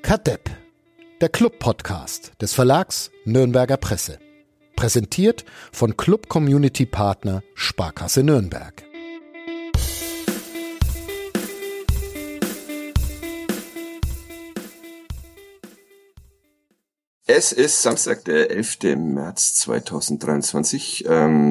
Kadepp, der Club-Podcast des Verlags Nürnberger Presse. Präsentiert von Club-Community-Partner Sparkasse Nürnberg. Es ist Samstag, der 11. März 2023,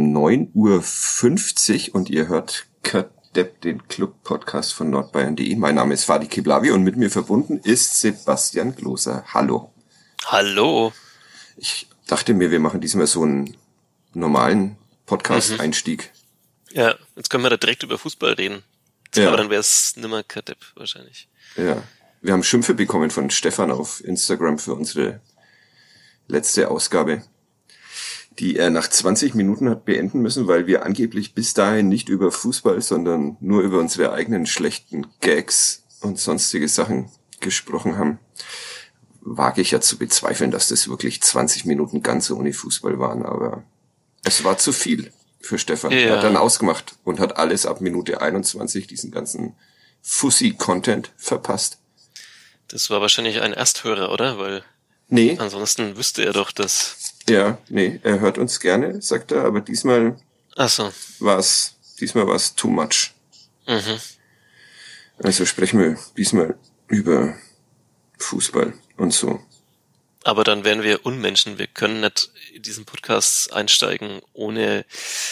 9:50 Uhr und ihr hört Kadepp, den Club-Podcast von nordbayern.de. Mein Name ist Fadi Kiblavi und mit mir verbunden ist Sebastian Gloser. Hallo. Hallo. Ich dachte mir, wir machen diesmal so einen normalen Podcast-Einstieg. Ja, jetzt können wir da direkt über Fußball reden. Ja. Aber dann wäre es nimmer Kadepp wahrscheinlich. Ja, wir haben Schimpfe bekommen von Stefan auf Instagram für unsere letzte Ausgabe, die er nach 20 Minuten hat beenden müssen, weil wir angeblich bis dahin nicht über Fußball, sondern nur über unsere eigenen schlechten Gags und sonstige Sachen gesprochen haben. Wage ich ja zu bezweifeln, dass das wirklich 20 Minuten ganz ohne Fußball waren, aber es war zu viel für Stefan. Ja. Er hat dann ausgemacht und hat alles ab Minute 21, diesen ganzen Fussi-Content verpasst. Das war wahrscheinlich ein Ersthörer, oder? Weil Nee. ansonsten wüsste er doch, dass... Ja, nee, er hört uns gerne, sagt er, aber diesmal Ach so. war es too much. Mhm. Also sprechen wir diesmal über Fußball und so. Aber dann wären wir Unmenschen. Wir können nicht in diesen Podcast einsteigen, ohne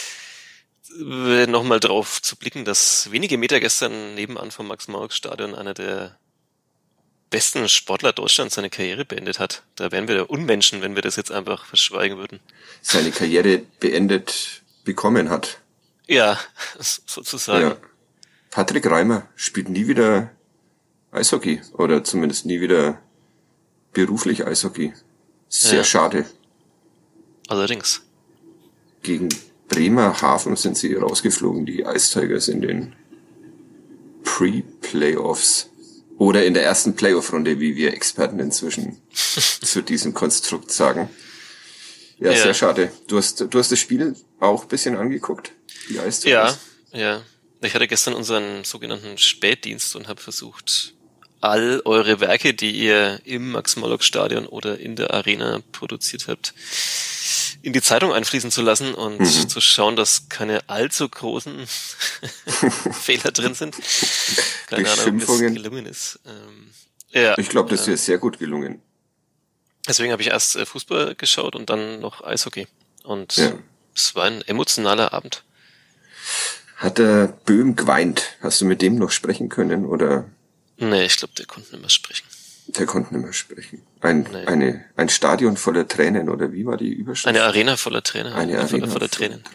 nochmal drauf zu blicken, dass wenige Meter gestern nebenan vom Max-Morlock-Stadion einer der besten Sportler Deutschlands seine Karriere beendet hat. Da wären wir Unmenschen, wenn wir das jetzt einfach verschweigen würden. Seine Karriere beendet bekommen hat. Ja, sozusagen. Ja. Patrick Reimer spielt nie wieder Eishockey oder zumindest nie wieder beruflich Eishockey. Sehr schade. Allerdings. Gegen Bremerhaven sind sie rausgeflogen, die Ice Tigers in den Pre-Playoffs. Oder in der ersten Playoff-Runde, wie wir Experten inzwischen zu diesem Konstrukt sagen. Ja, sehr schade. Du hast das Spiel auch ein bisschen angeguckt, die Ice Tigers? Ja. Ich hatte gestern unseren sogenannten Spätdienst und habe versucht, all eure Werke, die ihr im Max-Morlock-Stadion oder in der Arena produziert habt, in die Zeitung einfließen zu lassen und zu schauen, dass keine allzu großen Fehler drin sind. Keine Ahnung, ob das gelungen ist. Ich glaube, das ist dir sehr gut gelungen. Deswegen habe ich erst Fußball geschaut und dann noch Eishockey. Und es war ein emotionaler Abend. Hat der Böhm geweint? Hast du mit dem noch sprechen können, oder? Nee, ich glaube, der konnte nicht mehr sprechen. Der konnte nicht mehr sprechen. Ein Stadion voller Tränen, oder wie war die Überschrift? Eine Arena voller Tränen. Eine Arena voller Tränen.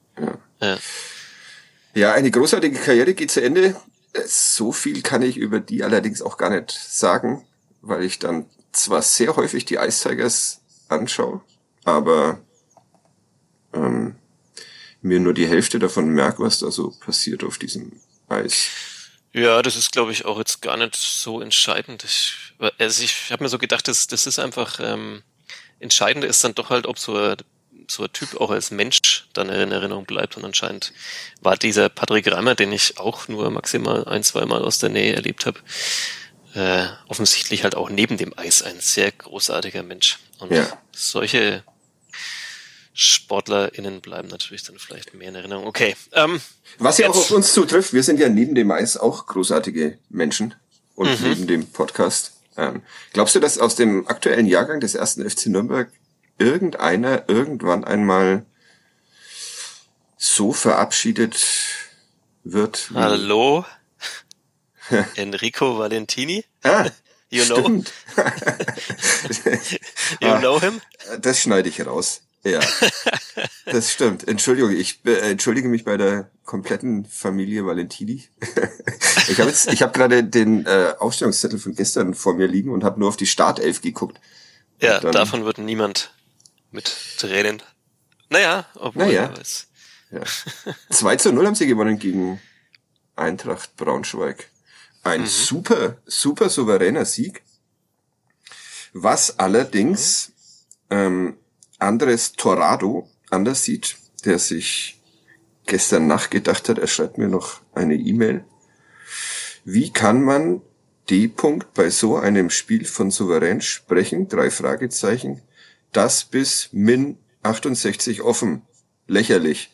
Ja, eine großartige Karriere geht zu Ende. So viel kann ich über die allerdings auch gar nicht sagen, weil ich dann zwar sehr häufig die Ice Tigers anschaue, aber mir nur die Hälfte davon merke, was da so passiert auf diesem Eis. Ja, das ist, glaube ich, auch jetzt gar nicht so entscheidend. Ich habe mir so gedacht, das ist einfach entscheidender ist dann doch halt, ob so ein Typ auch als Mensch dann in Erinnerung bleibt. Und anscheinend war dieser Patrick Reimer, den ich auch nur maximal 1-2 Mal aus der Nähe erlebt habe, offensichtlich halt auch neben dem Eis ein sehr großartiger Mensch. Und solche SportlerInnen bleiben natürlich dann vielleicht mehr in Erinnerung. Okay. Was ja auch auf uns zutrifft, wir sind ja neben dem Eis auch großartige Menschen und neben dem Podcast. Glaubst du, dass aus dem aktuellen Jahrgang des 1. FC Nürnberg irgendeiner irgendwann einmal so verabschiedet wird? Hallo? Enrico Valentini? You stimmt. know? You know him? Das schneide ich raus. Ja, das stimmt. Entschuldigung, ich entschuldige mich bei der kompletten Familie Valentini. Ich habe gerade den Aufstellungszettel von gestern vor mir liegen und habe nur auf die Startelf geguckt. Ja, davon wird niemand mit Tränen. Naja, obwohl er weiß. Ja. 2:0 haben sie gewonnen gegen Eintracht Braunschweig. Ein super souveräner Sieg. Was allerdings Andres Torrado anders sieht, der sich gestern Nacht gedacht hat, er schreibt mir noch eine E-Mail. Wie kann man D. bei so einem Spiel von souverän sprechen, 3 Fragezeichen, das bis min 68 offen. Lächerlich.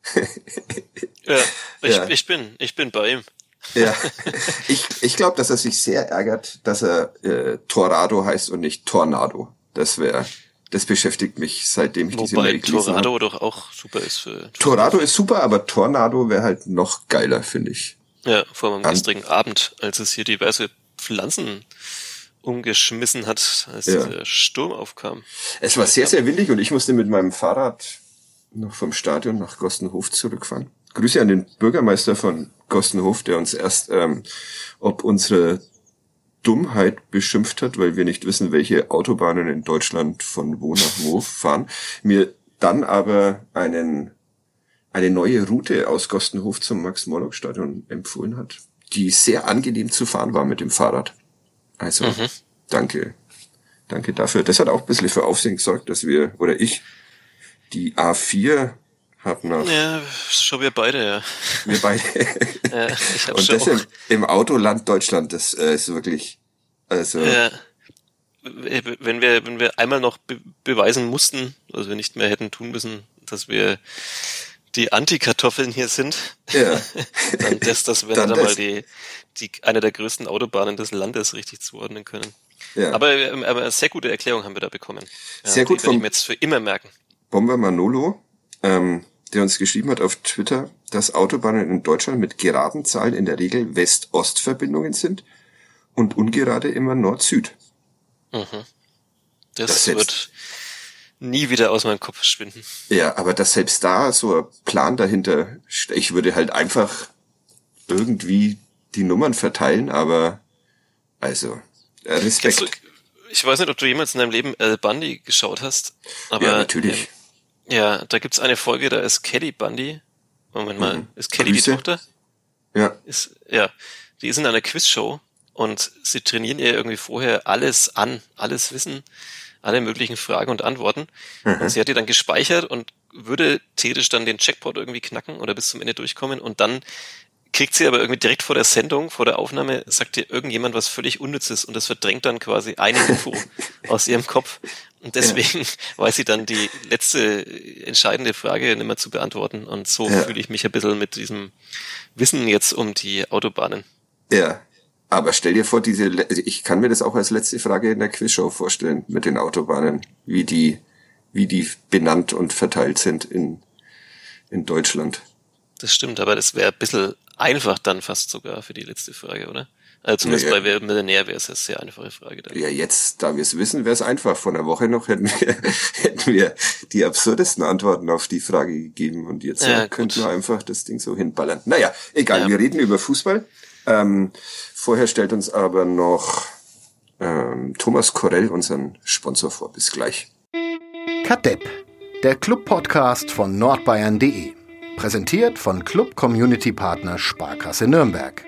Ja, ich bin bei ihm. Ja, ich glaube, dass er sich sehr ärgert, dass er Torado heißt und nicht Tornado. Das beschäftigt mich, seitdem ich diese Mail gelesen habe. Wobei Torado doch auch super ist für... Torado ist super, aber Tornado wäre halt noch geiler, finde ich. Ja, vor allem am gestrigen Abend, als es hier diverse Pflanzen umgeschmissen hat, als dieser Sturm aufkam. Es war sehr, sehr windig und ich musste mit meinem Fahrrad noch vom Stadion nach Gostenhof zurückfahren. Grüße an den Bürgermeister von Gostenhof, der uns erst ob unsere Dummheit beschimpft hat, weil wir nicht wissen, welche Autobahnen in Deutschland von wo nach wo fahren. Mir dann aber eine neue Route aus Gostenhof zum Max-Morlock-Stadion empfohlen hat, die sehr angenehm zu fahren war mit dem Fahrrad. Also, danke dafür. Das hat auch ein bisschen für Aufsehen gesorgt, dass ich, die A4 hab noch... Ja, schon wir beide, ja. Wir beide. Ja, ich hab und schon das im Autoland Deutschland, das ist wirklich... Also ja. Wenn wir einmal noch beweisen mussten, also wir nicht mehr hätten tun müssen, dass wir die Antikartoffeln hier sind, ja. dann dass wir dann mal die eine der größten Autobahnen des Landes richtig zuordnen können. Ja. Aber eine sehr gute Erklärung haben wir da bekommen. Ja, sehr gut die werde ich mir jetzt für immer merken. Bomber Manolo, der uns geschrieben hat auf Twitter, dass Autobahnen in Deutschland mit geraden Zahlen in der Regel West-Ost-Verbindungen sind und ungerade immer Nord-Süd. Das wird nie wieder aus meinem Kopf verschwinden. Ja, aber dass selbst da so ein Plan dahinter, ich würde halt einfach irgendwie die Nummern verteilen, aber also Respekt. Ich weiß nicht, ob du jemals in deinem Leben Al Bundy geschaut hast, aber ja, natürlich. Ja, da gibt's eine Folge, da ist Kelly Bundy. Moment mal, ist Kelly Grüße. die Tochter? Ja. Die ist in einer Quizshow und sie trainieren ihr irgendwie vorher alles an, alles Wissen, alle möglichen Fragen und Antworten. Und sie hat die dann gespeichert und würde theoretisch dann den Checkpoint irgendwie knacken oder bis zum Ende durchkommen und dann kriegt sie aber irgendwie direkt vor der Sendung, vor der Aufnahme, sagt ihr irgendjemand was völlig Unnützes und das verdrängt dann quasi eine Info aus ihrem Kopf. Und deswegen weiß sie dann die letzte entscheidende Frage nicht mehr zu beantworten. Und so fühle ich mich ein bisschen mit diesem Wissen jetzt um die Autobahnen. Ja, aber stell dir vor, ich kann mir das auch als letzte Frage in der Quizshow vorstellen, mit den Autobahnen, wie die benannt und verteilt sind in Deutschland. Das stimmt, aber das wäre ein bisschen einfach dann fast sogar für die letzte Frage, oder? Also zumindest bei Wer Millionär wäre es eine sehr einfache Frage. Dann. Ja, jetzt, da wir es wissen, wäre es einfach. Vor einer Woche noch hätten wir die absurdesten Antworten auf die Frage gegeben und jetzt könnten wir einfach das Ding so hinballern. Naja, egal, wir reden über Fußball. Vorher stellt uns aber noch Thomas Korell unseren Sponsor vor. Bis gleich. Kadepp, der Club-Podcast von nordbayern.de. Präsentiert von Club-Community-Partner Sparkasse Nürnberg.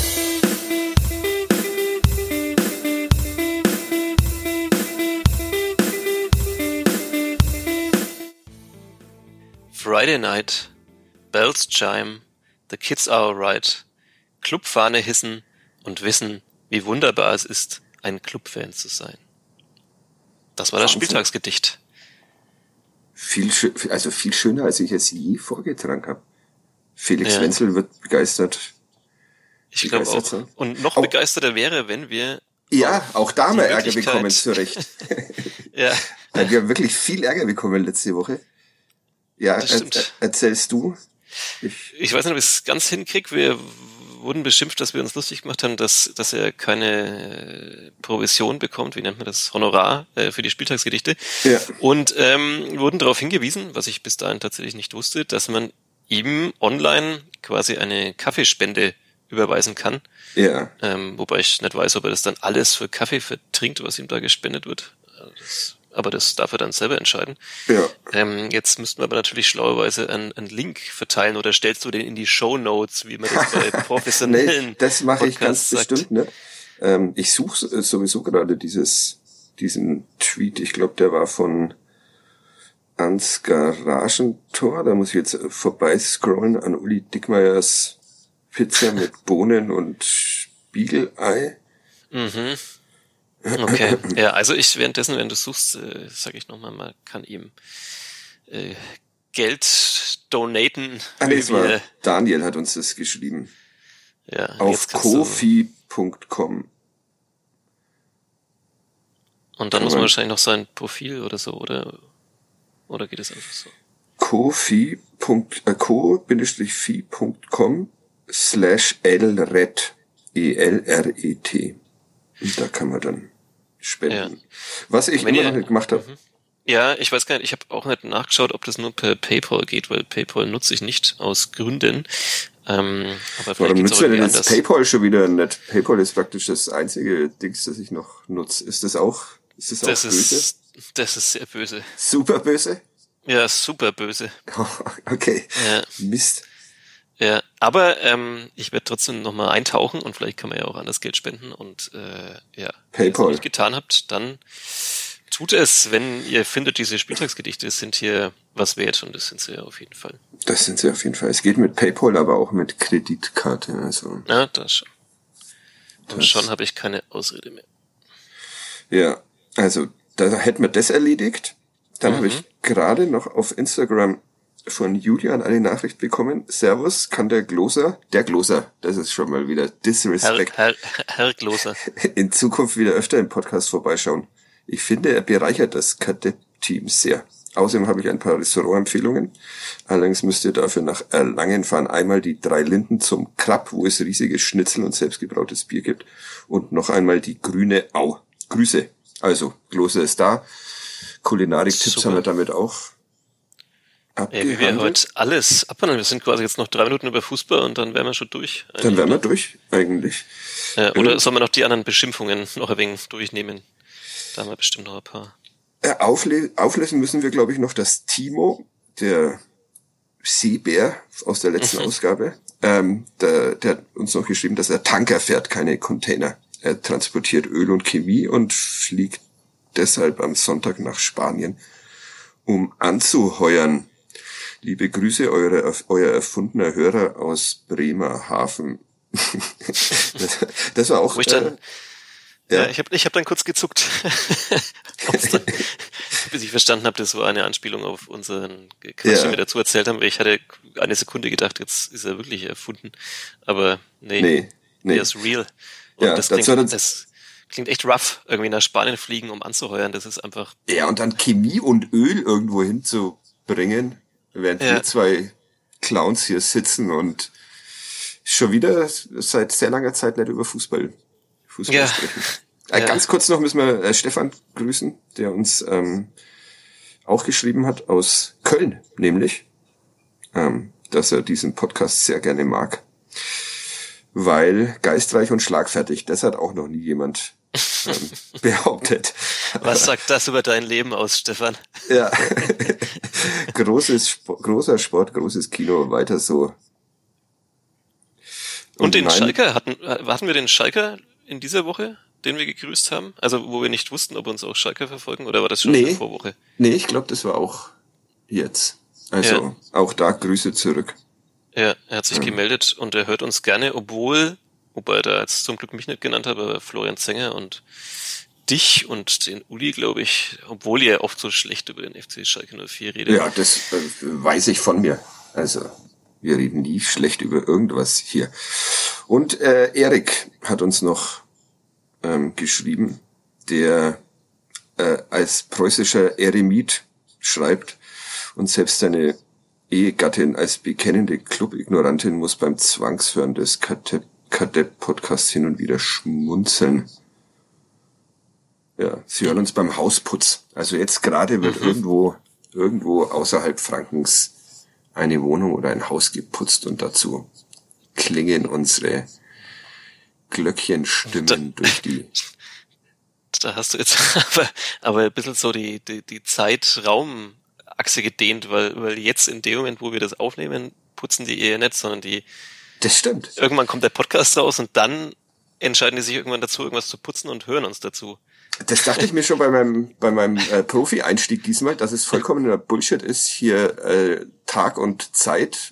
Friday night, bells chime, the kids are alright, Clubfahne hissen und wissen, wie wunderbar es ist, ein Clubfan zu sein. Das war das Spieltagsgedicht. Viel schöner, als ich es je vorgetragen habe. Felix Wenzel wird begeistert. Ich glaube auch. Sein. Und noch begeisterter wäre, wenn wir... Ja, auch da haben wir Ärger bekommen, zu Recht. Ja. Wir haben wirklich viel Ärger bekommen letzte Woche. Ja, das stimmt. Erzählst du? Ich weiß nicht, ob ich es ganz hinkriege. Wir wurden beschimpft, dass wir uns lustig gemacht haben, dass er keine Provision bekommt, wie nennt man das, Honorar für die Spieltagsgedichte. Ja. Und wurden darauf hingewiesen, was ich bis dahin tatsächlich nicht wusste, dass man ihm online quasi eine Kaffeespende überweisen kann. Ja. Wobei ich nicht weiß, ob er das dann alles für Kaffee vertrinkt, was ihm da gespendet wird. Aber das darf er dann selber entscheiden. Ja. Jetzt müssten wir aber natürlich schlauerweise einen Link verteilen oder stellst du den in die Shownotes, wie man das bei professionellen das mache ich ganz sagt. Bestimmt nicht. Ich suche sowieso gerade diesen Tweet. Ich glaube, der war von Ans Garagentor. Da muss ich jetzt vorbei scrollen an Uli Dickmeyers Pizza mit Bohnen und Spiegelei. Mhm. Okay. Ja, also ich währenddessen, wenn du suchst, sage ich nochmal, man kann ihm Geld donaten. Das war Daniel hat uns das geschrieben. Ja, auf kofi.com. Und dann muss man wahrscheinlich noch sein Profil oder so, oder geht es einfach so? ko-fi.com/elret. ELRET. Und da kann man dann spenden. Ja. Was ich immer noch nicht gemacht habe. Ja, ich weiß gar nicht, ich habe auch nicht nachgeschaut, ob das nur per PayPal geht, weil PayPal nutze ich nicht aus Gründen. Aber warum nutzt ihr denn jetzt PayPal schon wieder nicht? PayPal ist praktisch das einzige Dings, das ich noch nutze. Ist das auch böse? Das ist sehr böse. Super böse? Ja, super böse. Okay. Ja. Mist. Ja, aber ich werde trotzdem nochmal eintauchen und vielleicht kann man ja auch anders Geld spenden und ja, PayPal. wenn ihr es nicht getan habt, dann tut es, wenn ihr findet, diese Spieltagsgedichte sind hier was wert und das sind sie ja auf jeden Fall. Das sind sie auf jeden Fall. Es geht mit PayPal, aber auch mit Kreditkarte. Also. Ja, das schon. Und schon habe ich keine Ausrede mehr. Ja, also da hätten wir das erledigt. Dann habe ich gerade noch auf Instagram von Julian eine Nachricht bekommen. Servus, kann der Gloser, das ist schon mal wieder Disrespect. Herr Gloser. In Zukunft wieder öfter im Podcast vorbeischauen. Ich finde, er bereichert das Kadepp-Team sehr. Außerdem habe ich ein paar Restaurantempfehlungen. Allerdings müsst ihr dafür nach Erlangen fahren. Einmal die 3 Linden zum Krabb, wo es riesige Schnitzel und selbstgebrautes Bier gibt. Und noch einmal die Grüne Au. Grüße. Also, Gloser ist da. Kulinarik-Tipps haben wir damit auch abgehandelt. Ja, wie wir heute alles abhandeln. Wir sind quasi jetzt noch 3 Minuten über Fußball und dann wären wir schon durch. Dann wären wir durch, eigentlich. Oder sollen wir noch die anderen Beschimpfungen noch ein wenig durchnehmen? Da haben wir bestimmt noch ein paar. Auflösen müssen wir, glaube ich, noch das Timo, der Seebär aus der letzten Ausgabe. Der hat uns noch geschrieben, dass er Tanker fährt, keine Container. Er transportiert Öl und Chemie und fliegt deshalb am Sonntag nach Spanien, um anzuheuern. Liebe Grüße, euer erfundener Hörer aus Bremerhaven. Das war auch... Ja, ich hab dann kurz gezuckt, bis ich verstanden habe, das war eine Anspielung auf unseren Quatsch, den wir dazu erzählt haben. Ich hatte eine Sekunde gedacht, jetzt ist er wirklich erfunden. Aber nee. Er ist real. Und ja, das klingt echt rough, irgendwie nach Spanien fliegen, um anzuheuern. Das ist einfach... Ja, und dann Chemie und Öl irgendwo hinzubringen, während wir 2 Clowns hier sitzen und schon wieder seit sehr langer Zeit nicht über Fußball sprechen. Ganz kurz noch müssen wir Stefan grüßen, der uns auch geschrieben hat aus Köln, nämlich, dass er diesen Podcast sehr gerne mag, weil geistreich und schlagfertig, das hat auch noch nie jemand behauptet. Was sagt das über dein Leben aus, Stefan? Ja, großer Sport, großes Kino, weiter so. Und den Schalker, hatten wir den Schalker in dieser Woche, den wir gegrüßt haben? Also, wo wir nicht wussten, ob uns auch Schalker verfolgen, oder war das schon in der Vorwoche? Nee, ich glaube, das war auch jetzt. Also, auch da Grüße zurück. Ja, er hat sich gemeldet und er hört uns gerne, wobei er da jetzt zum Glück mich nicht genannt hat, aber Florian Zenger und dich und den Uli, glaube ich, obwohl ihr oft so schlecht über den FC Schalke 04 redet. Ja, das weiß ich von mir. Also, wir reden nie schlecht über irgendwas hier. Und Erik hat uns noch geschrieben, der als preußischer Eremit schreibt und selbst seine Ehegattin als bekennende Club-Ignorantin muss beim Zwangshören des Kadepp-Podcasts hin und wieder schmunzeln. Ja, sie hören uns beim Hausputz. Also jetzt gerade wird irgendwo außerhalb Frankens eine Wohnung oder ein Haus geputzt und dazu klingen unsere Glöckchenstimmen durch die... Da hast du jetzt aber ein bisschen so die Zeitraumachse gedehnt, weil jetzt in dem Moment, wo wir das aufnehmen, putzen die eher nicht, sondern Das stimmt. Irgendwann kommt der Podcast raus und dann entscheiden die sich irgendwann dazu, irgendwas zu putzen und hören uns dazu. Das dachte ich mir schon bei meinem Profi-Einstieg diesmal, dass es vollkommener Bullshit ist, hier Tag und Zeit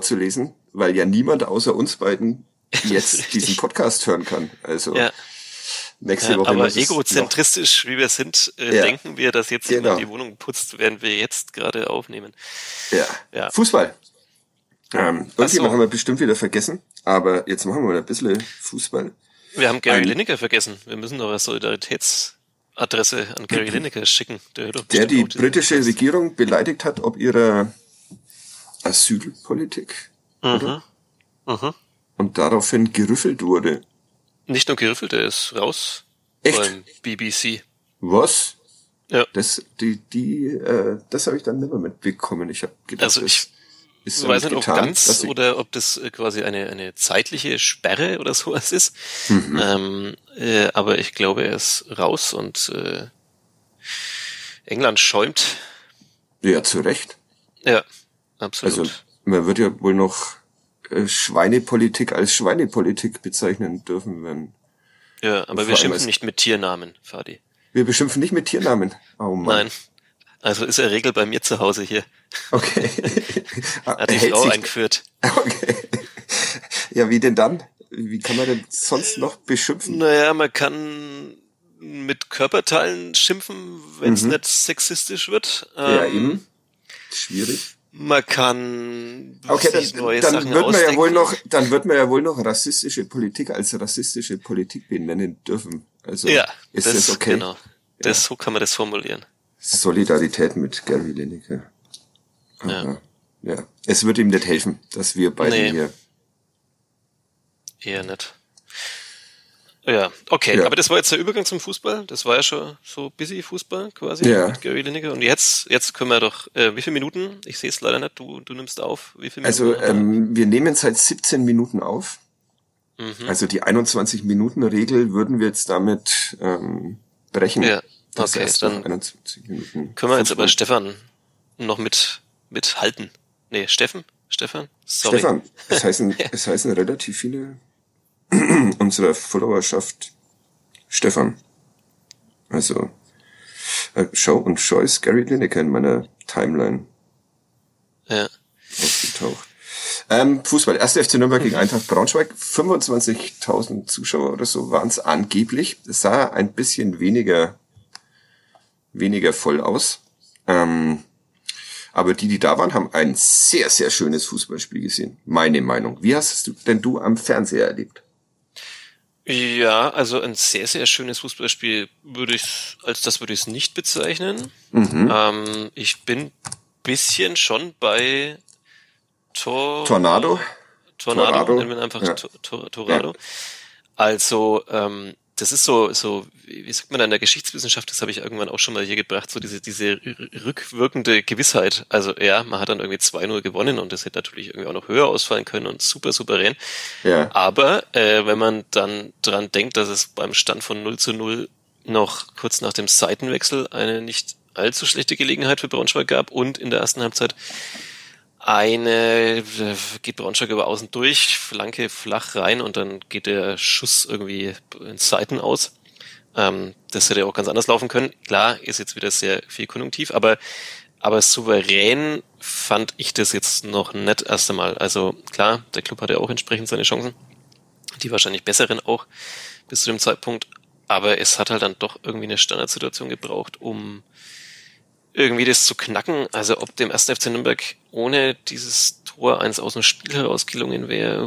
vorzulesen, weil ja niemand außer uns beiden jetzt diesen Podcast hören kann. Also nächste Woche aber muss es egozentristisch, wie wir sind, denken wir, dass jetzt jemand die Wohnung putzt, während wir jetzt gerade aufnehmen. Ja. Fußball. Irgendjemand haben wir bestimmt wieder vergessen, aber jetzt machen wir mal ein bisschen Fußball. Wir haben Gary Lineker vergessen. Wir müssen noch eine Solidaritätsadresse an Gary Lineker schicken. Der die britische Regierung beleidigt hat, ob ihrer Asylpolitik. Oder? Und daraufhin gerüffelt wurde. Nicht nur gerüffelt, er ist raus. Echt? Beim BBC. Was? Ja. Das habe ich dann nicht mehr mitbekommen. Ich habe gedacht, also ich weiß nicht, ob ganz oder ob das quasi eine zeitliche Sperre oder sowas ist. Aber ich glaube, er ist raus und England schäumt. Ja, zu Recht. Ja, absolut. Also man wird ja wohl noch Schweinepolitik als Schweinepolitik bezeichnen dürfen, wenn. Ja, aber wir schimpfen nicht mit Tiernamen, Fadi. Wir beschimpfen nicht mit Tiernamen. Oh Mann. Nein. Also ist eine Regel bei mir zu Hause hier. Okay. Hat die Frau eingeführt. Okay. Ja, wie denn dann? Wie kann man denn sonst noch beschimpfen? Naja, man kann mit Körperteilen schimpfen, wenn es nicht sexistisch wird. Ja, eben. Schwierig. Man kann sich neue dann Sachen wird man ausdenken. Dann wird man ja wohl noch rassistische Politik als rassistische Politik benennen dürfen. Also ist das okay? Genau. So kann man das formulieren. Solidarität mit Gary Lineker. Ja. Es wird ihm nicht helfen, dass wir beide hier. Eher nicht. Ja, okay, aber das war jetzt der Übergang zum Fußball. Das war ja schon so busy Fußball quasi mit Gary Lineker. Und jetzt können wir doch, wie viele Minuten? Ich sehe es leider nicht, du nimmst auf. Wie viele Minuten? Also wir nehmen seit 17 Minuten auf. Also die 21-Minuten-Regel würden wir jetzt damit brechen. Ja, okay, dann 21 Minuten können wir jetzt aber Stefan noch mithalten. Nee, Stefan? Sorry. Stefan, es heißen relativ viele unserer Followerschaft Stefan. Also schau ist Gary Lineker in meiner Timeline aufgetaucht. Fußball, 1. FC Nürnberg gegen Eintracht Braunschweig, 25.000 Zuschauer oder so waren es angeblich. Es sah ein bisschen weniger voll aus. Aber die da waren, haben ein sehr, sehr schönes Fußballspiel gesehen. Meine Meinung. Wie hast du am Fernseher erlebt? Ja, also ein sehr, sehr schönes Fußballspiel würde ich es nicht bezeichnen. Ich bin bisschen schon bei Tornado, nennen wir einfach Torado. Ja. Also, das ist so, wie sagt man da in der Geschichtswissenschaft, das habe ich irgendwann auch schon mal hier gebracht, so diese rückwirkende Gewissheit. Also man hat dann irgendwie 2-0 gewonnen und das hätte natürlich irgendwie auch noch höher ausfallen können und super souverän. Ja. Aber wenn man dann dran denkt, dass es beim Stand von 0-0 noch kurz nach dem Seitenwechsel eine nicht allzu schlechte Gelegenheit für Braunschweig gab und in der ersten Halbzeit geht Braunschweig über außen durch, Flanke flach rein und dann geht der Schuss irgendwie in Seiten aus. Das hätte auch ganz anders laufen können. Klar, ist jetzt wieder sehr viel konjunktiv, aber souverän fand ich das jetzt noch nicht erst einmal. Also klar, der Club hatte auch entsprechend seine Chancen, die wahrscheinlich besseren auch bis zu dem Zeitpunkt, aber es hat halt dann doch irgendwie eine Standardsituation gebraucht, um irgendwie das zu knacken. Also ob dem 1. FC Nürnberg ohne dieses Tor eins aus dem Spiel heraus gelungen wäre.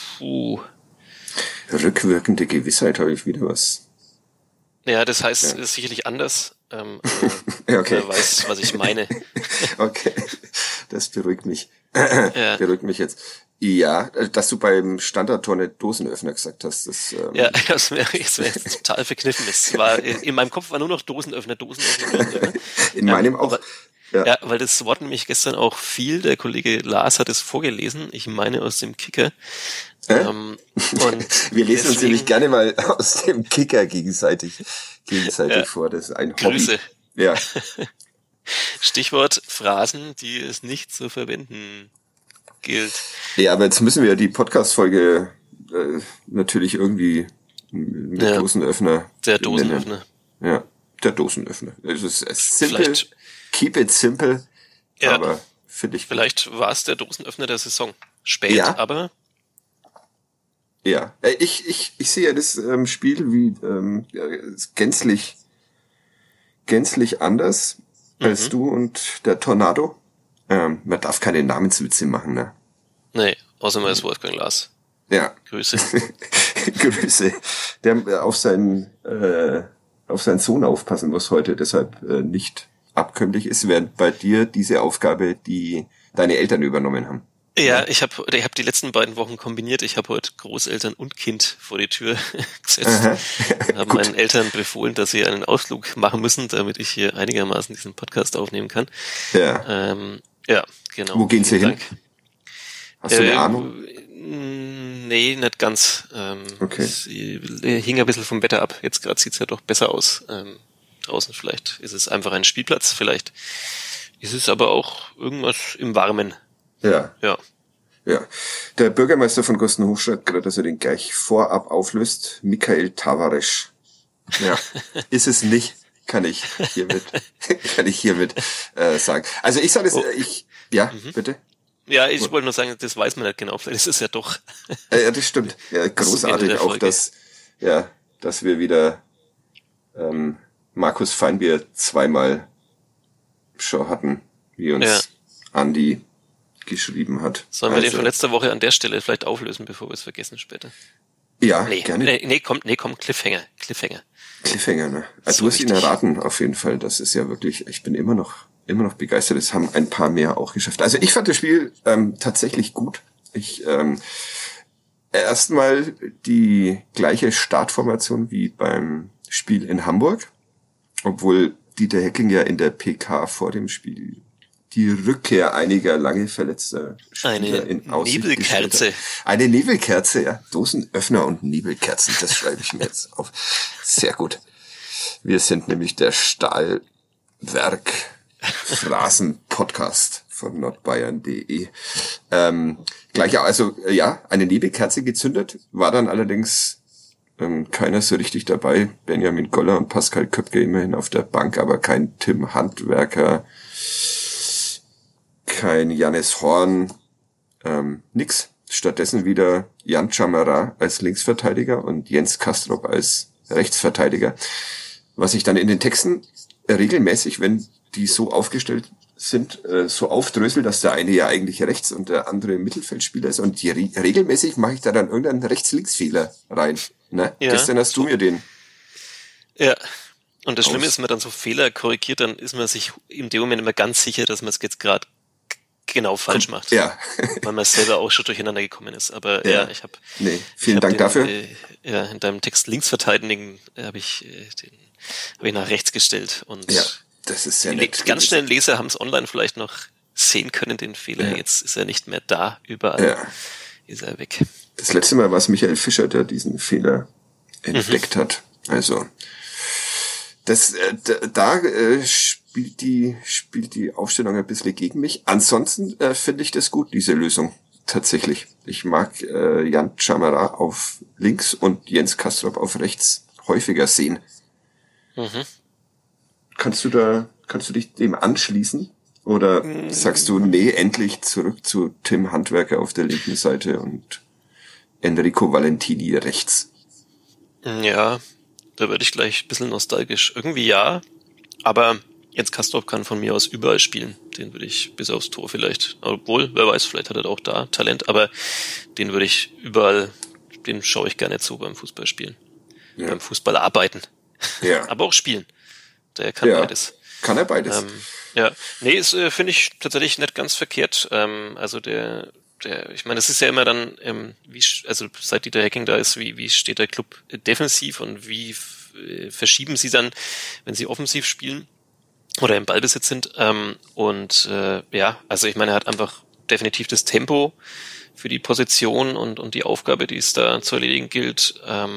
Rückwirkende Gewissheit habe ich wieder was. Ja, das heißt sicherlich anders. Okay. Wer weiß, was ich meine. Okay, das beruhigt mich. Beruhigt mich jetzt. Ja, dass du beim Standardtor nicht Dosenöffner gesagt hast. Das wäre jetzt total verkniffen. In meinem Kopf war nur noch Dosenöffner. In meinem auch. Ja, weil das Wort nämlich gestern auch fiel. Der Kollege Lars hat es vorgelesen. Ich meine aus dem Kicker. Und wir lesen uns nämlich gerne mal aus dem Kicker gegenseitig vor. Das ist ein Hobby. Grüße. Ja. Stichwort Phrasen, die es nicht zu verwenden gilt. Ja, aber jetzt müssen wir die Podcast-Folge natürlich irgendwie mit Dosenöffner. Der Dosenöffner. Ja, der Dosenöffner. Es ist simple, keep it simple, aber finde ich gut. Vielleicht war es der Dosenöffner der Saison. Spät, aber Ja, ich sehe ja das Spiel wie gänzlich anders als du und der Tornado. Man darf keine Namenswitze machen, ne? Nee, außer man ist Wolfgang Lars. Ja. Grüße. Grüße. Der auf seinen Sohn aufpassen muss heute, deshalb nicht abkömmlich ist, während bei dir diese Aufgabe, die deine Eltern übernommen haben. Ja, ich hab die letzten beiden Wochen kombiniert. Ich habe heute Großeltern und Kind vor die Tür gesetzt. Habe meinen Eltern befohlen, dass sie einen Ausflug machen müssen, damit ich hier einigermaßen diesen Podcast aufnehmen kann. Ja. Ja, genau. Wo gehen sie hin? Hast du eine Ahnung? Nee, nicht ganz. Okay. Sie hing ein bisschen vom Wetter ab. Jetzt gerade sieht's ja doch besser aus. Draußen vielleicht ist es einfach ein Spielplatz, vielleicht ist es aber auch irgendwas im Warmen. Ja. Ja. Ja. Der Bürgermeister von Gostenhof schreibt gerade, dass er den gleich vorab auflöst. Michael Tavares. Ja. Ist es nicht, kann ich hiermit sagen. Also ich sage es, bitte. Ja, ich wollte nur sagen, das weiß man nicht genau. Vielleicht ist es ja doch. Ja, das stimmt. Ja, großartig auch, dass wir wieder Markus Feinbier zweimal schon hatten, wie uns Andi geschrieben hat. Sollen wir den von letzter Woche an der Stelle vielleicht auflösen, bevor wir es vergessen später? Ja, gerne. Komm, Cliffhanger. Cliffhanger, ne? Also du hast ihn erraten, auf jeden Fall. Das ist ja wirklich, ich bin immer noch begeistert. Es haben ein paar mehr auch geschafft. Also ich fand das Spiel tatsächlich gut. Erstmal die gleiche Startformation wie beim Spiel in Hamburg, obwohl Dieter Hecking ja in der PK vor dem Spiel die Rückkehr einiger lange verletzter Spieler in Aussicht gestellt hat. Eine Nebelkerze, ja. Dosenöffner und Nebelkerzen, das schreibe ich mir jetzt auf. Sehr gut. Wir sind nämlich der Stahlwerk-Phrasen-Podcast von nordbayern.de. Eine Nebelkerze gezündet, war dann allerdings keiner so richtig dabei. Benjamin Goller und Pascal Köpke immerhin auf der Bank, aber kein Tim Handwerker, kein Jannis Horn, nix. Stattdessen wieder Jan Chamara als Linksverteidiger und Jens Kastrop als Rechtsverteidiger. Was ich dann in den Texten regelmäßig, wenn die so aufgestellt sind, so aufdrösel, dass der eine ja eigentlich rechts und der andere Mittelfeldspieler ist. Und regelmäßig mache ich da dann irgendeinen Rechts-Links-Fehler rein. Ne? Ja, gestern hast du mir den. Ja. Und das Schlimme ist, wenn man dann so Fehler korrigiert, dann ist man sich in dem Moment immer ganz sicher, dass man es jetzt gerade genau falsch macht. Ja. Weil man selber auch schon durcheinander gekommen ist. Aber ich habe... vielen Dank dafür. In deinem Text links verteidigen habe ich nach rechts gestellt. Und das ist sehr nett. Ganz schnellen Leser haben es online vielleicht noch sehen können, den Fehler. Ja. Jetzt ist er nicht mehr da. Überall ist er weg. Das letzte Mal war es Michael Fischer, der diesen Fehler entdeckt hat. Also spielt die Aufstellung ein bisschen gegen mich. Ansonsten finde ich das gut, diese Lösung. Tatsächlich. Ich mag Jan Chamara auf links und Jens Kastrop auf rechts häufiger sehen. Mhm. Kannst du dich dem anschließen? Oder sagst du, nee, endlich zurück zu Tim Handwerker auf der linken Seite und Enrico Valentini rechts? Ja, da werde ich gleich ein bisschen nostalgisch. Irgendwie ja, aber Jens Kastrop kann von mir aus überall spielen. Den würde ich bis aufs Tor vielleicht, obwohl, wer weiß, vielleicht hat er auch da Talent, aber den würde ich überall, den schaue ich gerne zu beim Fußballspielen. Ja. Beim Fußball arbeiten. Ja. Aber auch spielen. Der kann beides. Kann er beides? Nee, ist finde ich tatsächlich nicht ganz verkehrt. Also ich meine, das ist ja immer dann, seit Dieter Hecking da ist, wie steht der Club defensiv und wie verschieben sie dann, wenn sie offensiv spielen oder im Ballbesitz sind. Also ich meine, er hat einfach definitiv das Tempo für die Position und die Aufgabe, die es da zu erledigen gilt.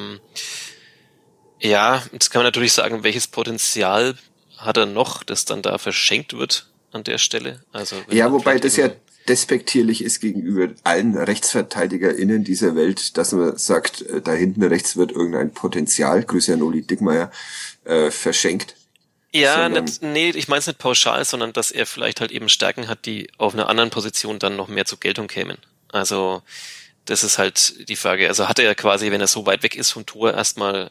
Jetzt kann man natürlich sagen, welches Potenzial hat er noch, das dann da verschenkt wird an der Stelle. Also wobei das ja despektierlich ist gegenüber allen RechtsverteidigerInnen dieser Welt, dass man sagt, da hinten rechts wird irgendein Potenzial, Grüße an Uli Dickmeyer, verschenkt. Ja, ich meine es nicht pauschal, sondern dass er vielleicht halt eben Stärken hat, die auf einer anderen Position dann noch mehr zur Geltung kämen. Also das ist halt die Frage. Also hat er quasi, wenn er so weit weg ist vom Tor, erstmal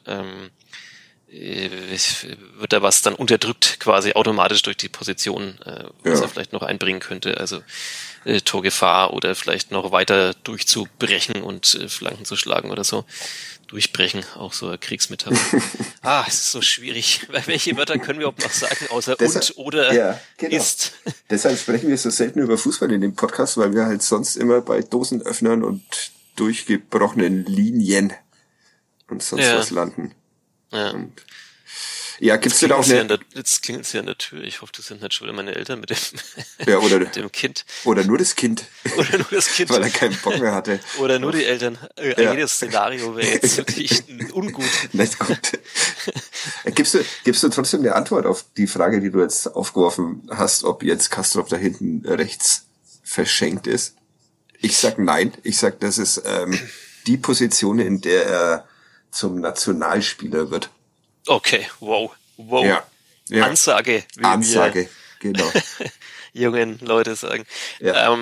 wird er was dann unterdrückt quasi automatisch durch die Position, was er vielleicht noch einbringen könnte. Also Torgefahr oder vielleicht noch weiter durchzubrechen und Flanken zu schlagen oder so. Durchbrechen, auch so eine Kriegsmetapher. Es ist so schwierig. Welche Wörter können wir überhaupt noch sagen, außer deshalb, und oder ist? Deshalb sprechen wir so selten über Fußball in dem Podcast, weil wir halt sonst immer bei Dosenöffnern und durchgebrochenen Linien und sonst was landen. Ja. Und gibt's denn auch eine... Jetzt klingelt es hier an der Tür. Ich hoffe, das sind nicht schon wieder meine Eltern mit dem, mit dem Kind. Oder nur das Kind. Oder nur das Kind. Weil er keinen Bock mehr hatte. Oder nur die Eltern. Jedes Szenario wäre jetzt wirklich ungut. Nicht gut. Gibst du trotzdem eine Antwort auf die Frage, die du jetzt aufgeworfen hast, ob jetzt Kastrop da hinten rechts verschenkt ist? Ich sag nein. Ich sag, das ist die Position, in der er zum Nationalspieler wird. Okay, wow. Ja. Ansage. Genau. Jungen Leute sagen. Ja.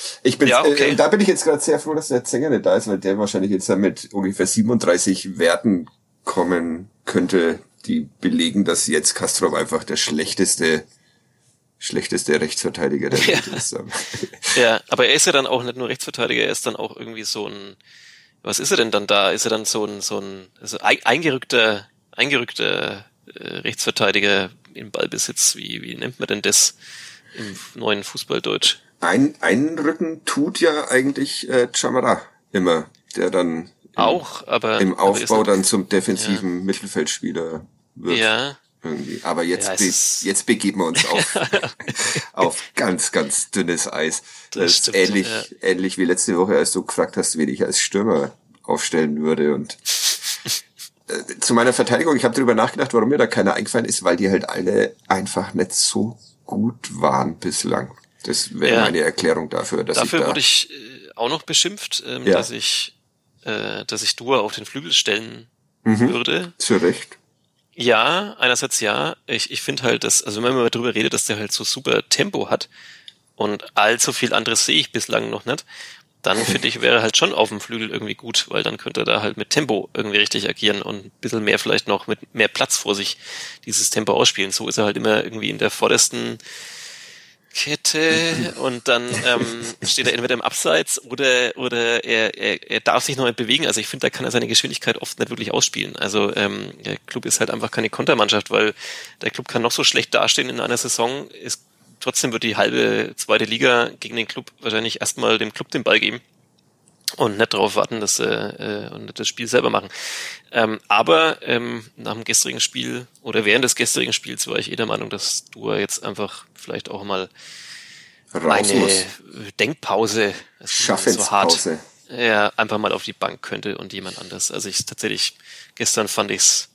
Da bin ich jetzt gerade sehr froh, dass der Zenger nicht da ist, weil der wahrscheinlich jetzt mit ungefähr 37 Werten kommen könnte, die belegen, dass jetzt Kastrop einfach der schlechteste Rechtsverteidiger der Welt ist. Ja, aber er ist ja dann auch nicht nur Rechtsverteidiger, er ist dann auch irgendwie so ein, was ist er denn dann da? Ist er dann so ein eingerückter Rechtsverteidiger im Ballbesitz? Wie nennt man denn das im neuen Fußballdeutsch? Einrücken tut ja eigentlich Camara immer, der dann im Aufbau dann zum defensiven Mittelfeldspieler wird. Ja. Irgendwie. Aber jetzt begeben wir uns auf ganz, ganz dünnes Eis. Das ist ähnlich wie letzte Woche, als du gefragt hast, wen ich als Stürmer aufstellen würde. Und zu meiner Verteidigung, ich habe darüber nachgedacht, warum mir da keiner eingefallen ist, weil die halt alle einfach nicht so gut waren bislang. Das wäre meine Erklärung dafür. Dafür wurde ich auch noch beschimpft, dass ich Dua auf den Flügel stellen würde. Zu Recht. Ja, einerseits ja. Ich finde halt, also wenn man mal drüber redet, dass der halt so super Tempo hat und allzu viel anderes sehe ich bislang noch nicht, dann finde ich, wäre halt schon auf dem Flügel irgendwie gut, weil dann könnte er da halt mit Tempo irgendwie richtig agieren und ein bisschen mehr vielleicht noch mit mehr Platz vor sich dieses Tempo ausspielen. So ist er halt immer irgendwie in der vordersten Kette und dann steht er entweder im Abseits oder er darf sich noch nicht bewegen. Also ich finde, da kann er seine Geschwindigkeit oft nicht wirklich ausspielen. Also der Club ist halt einfach keine Kontermannschaft, weil der Club kann noch so schlecht dastehen in einer Saison, trotzdem wird die halbe zweite Liga gegen den Club wahrscheinlich erstmal dem Club den Ball geben und nicht darauf warten, dass und das Spiel selber machen. Aber nach dem gestrigen Spiel oder während des gestrigen Spiels war ich der Meinung, dass Dua jetzt einfach vielleicht auch mal eine Denkpause, Schaffenspause, so einfach mal auf die Bank könnte und jemand anders. Also gestern fand ich's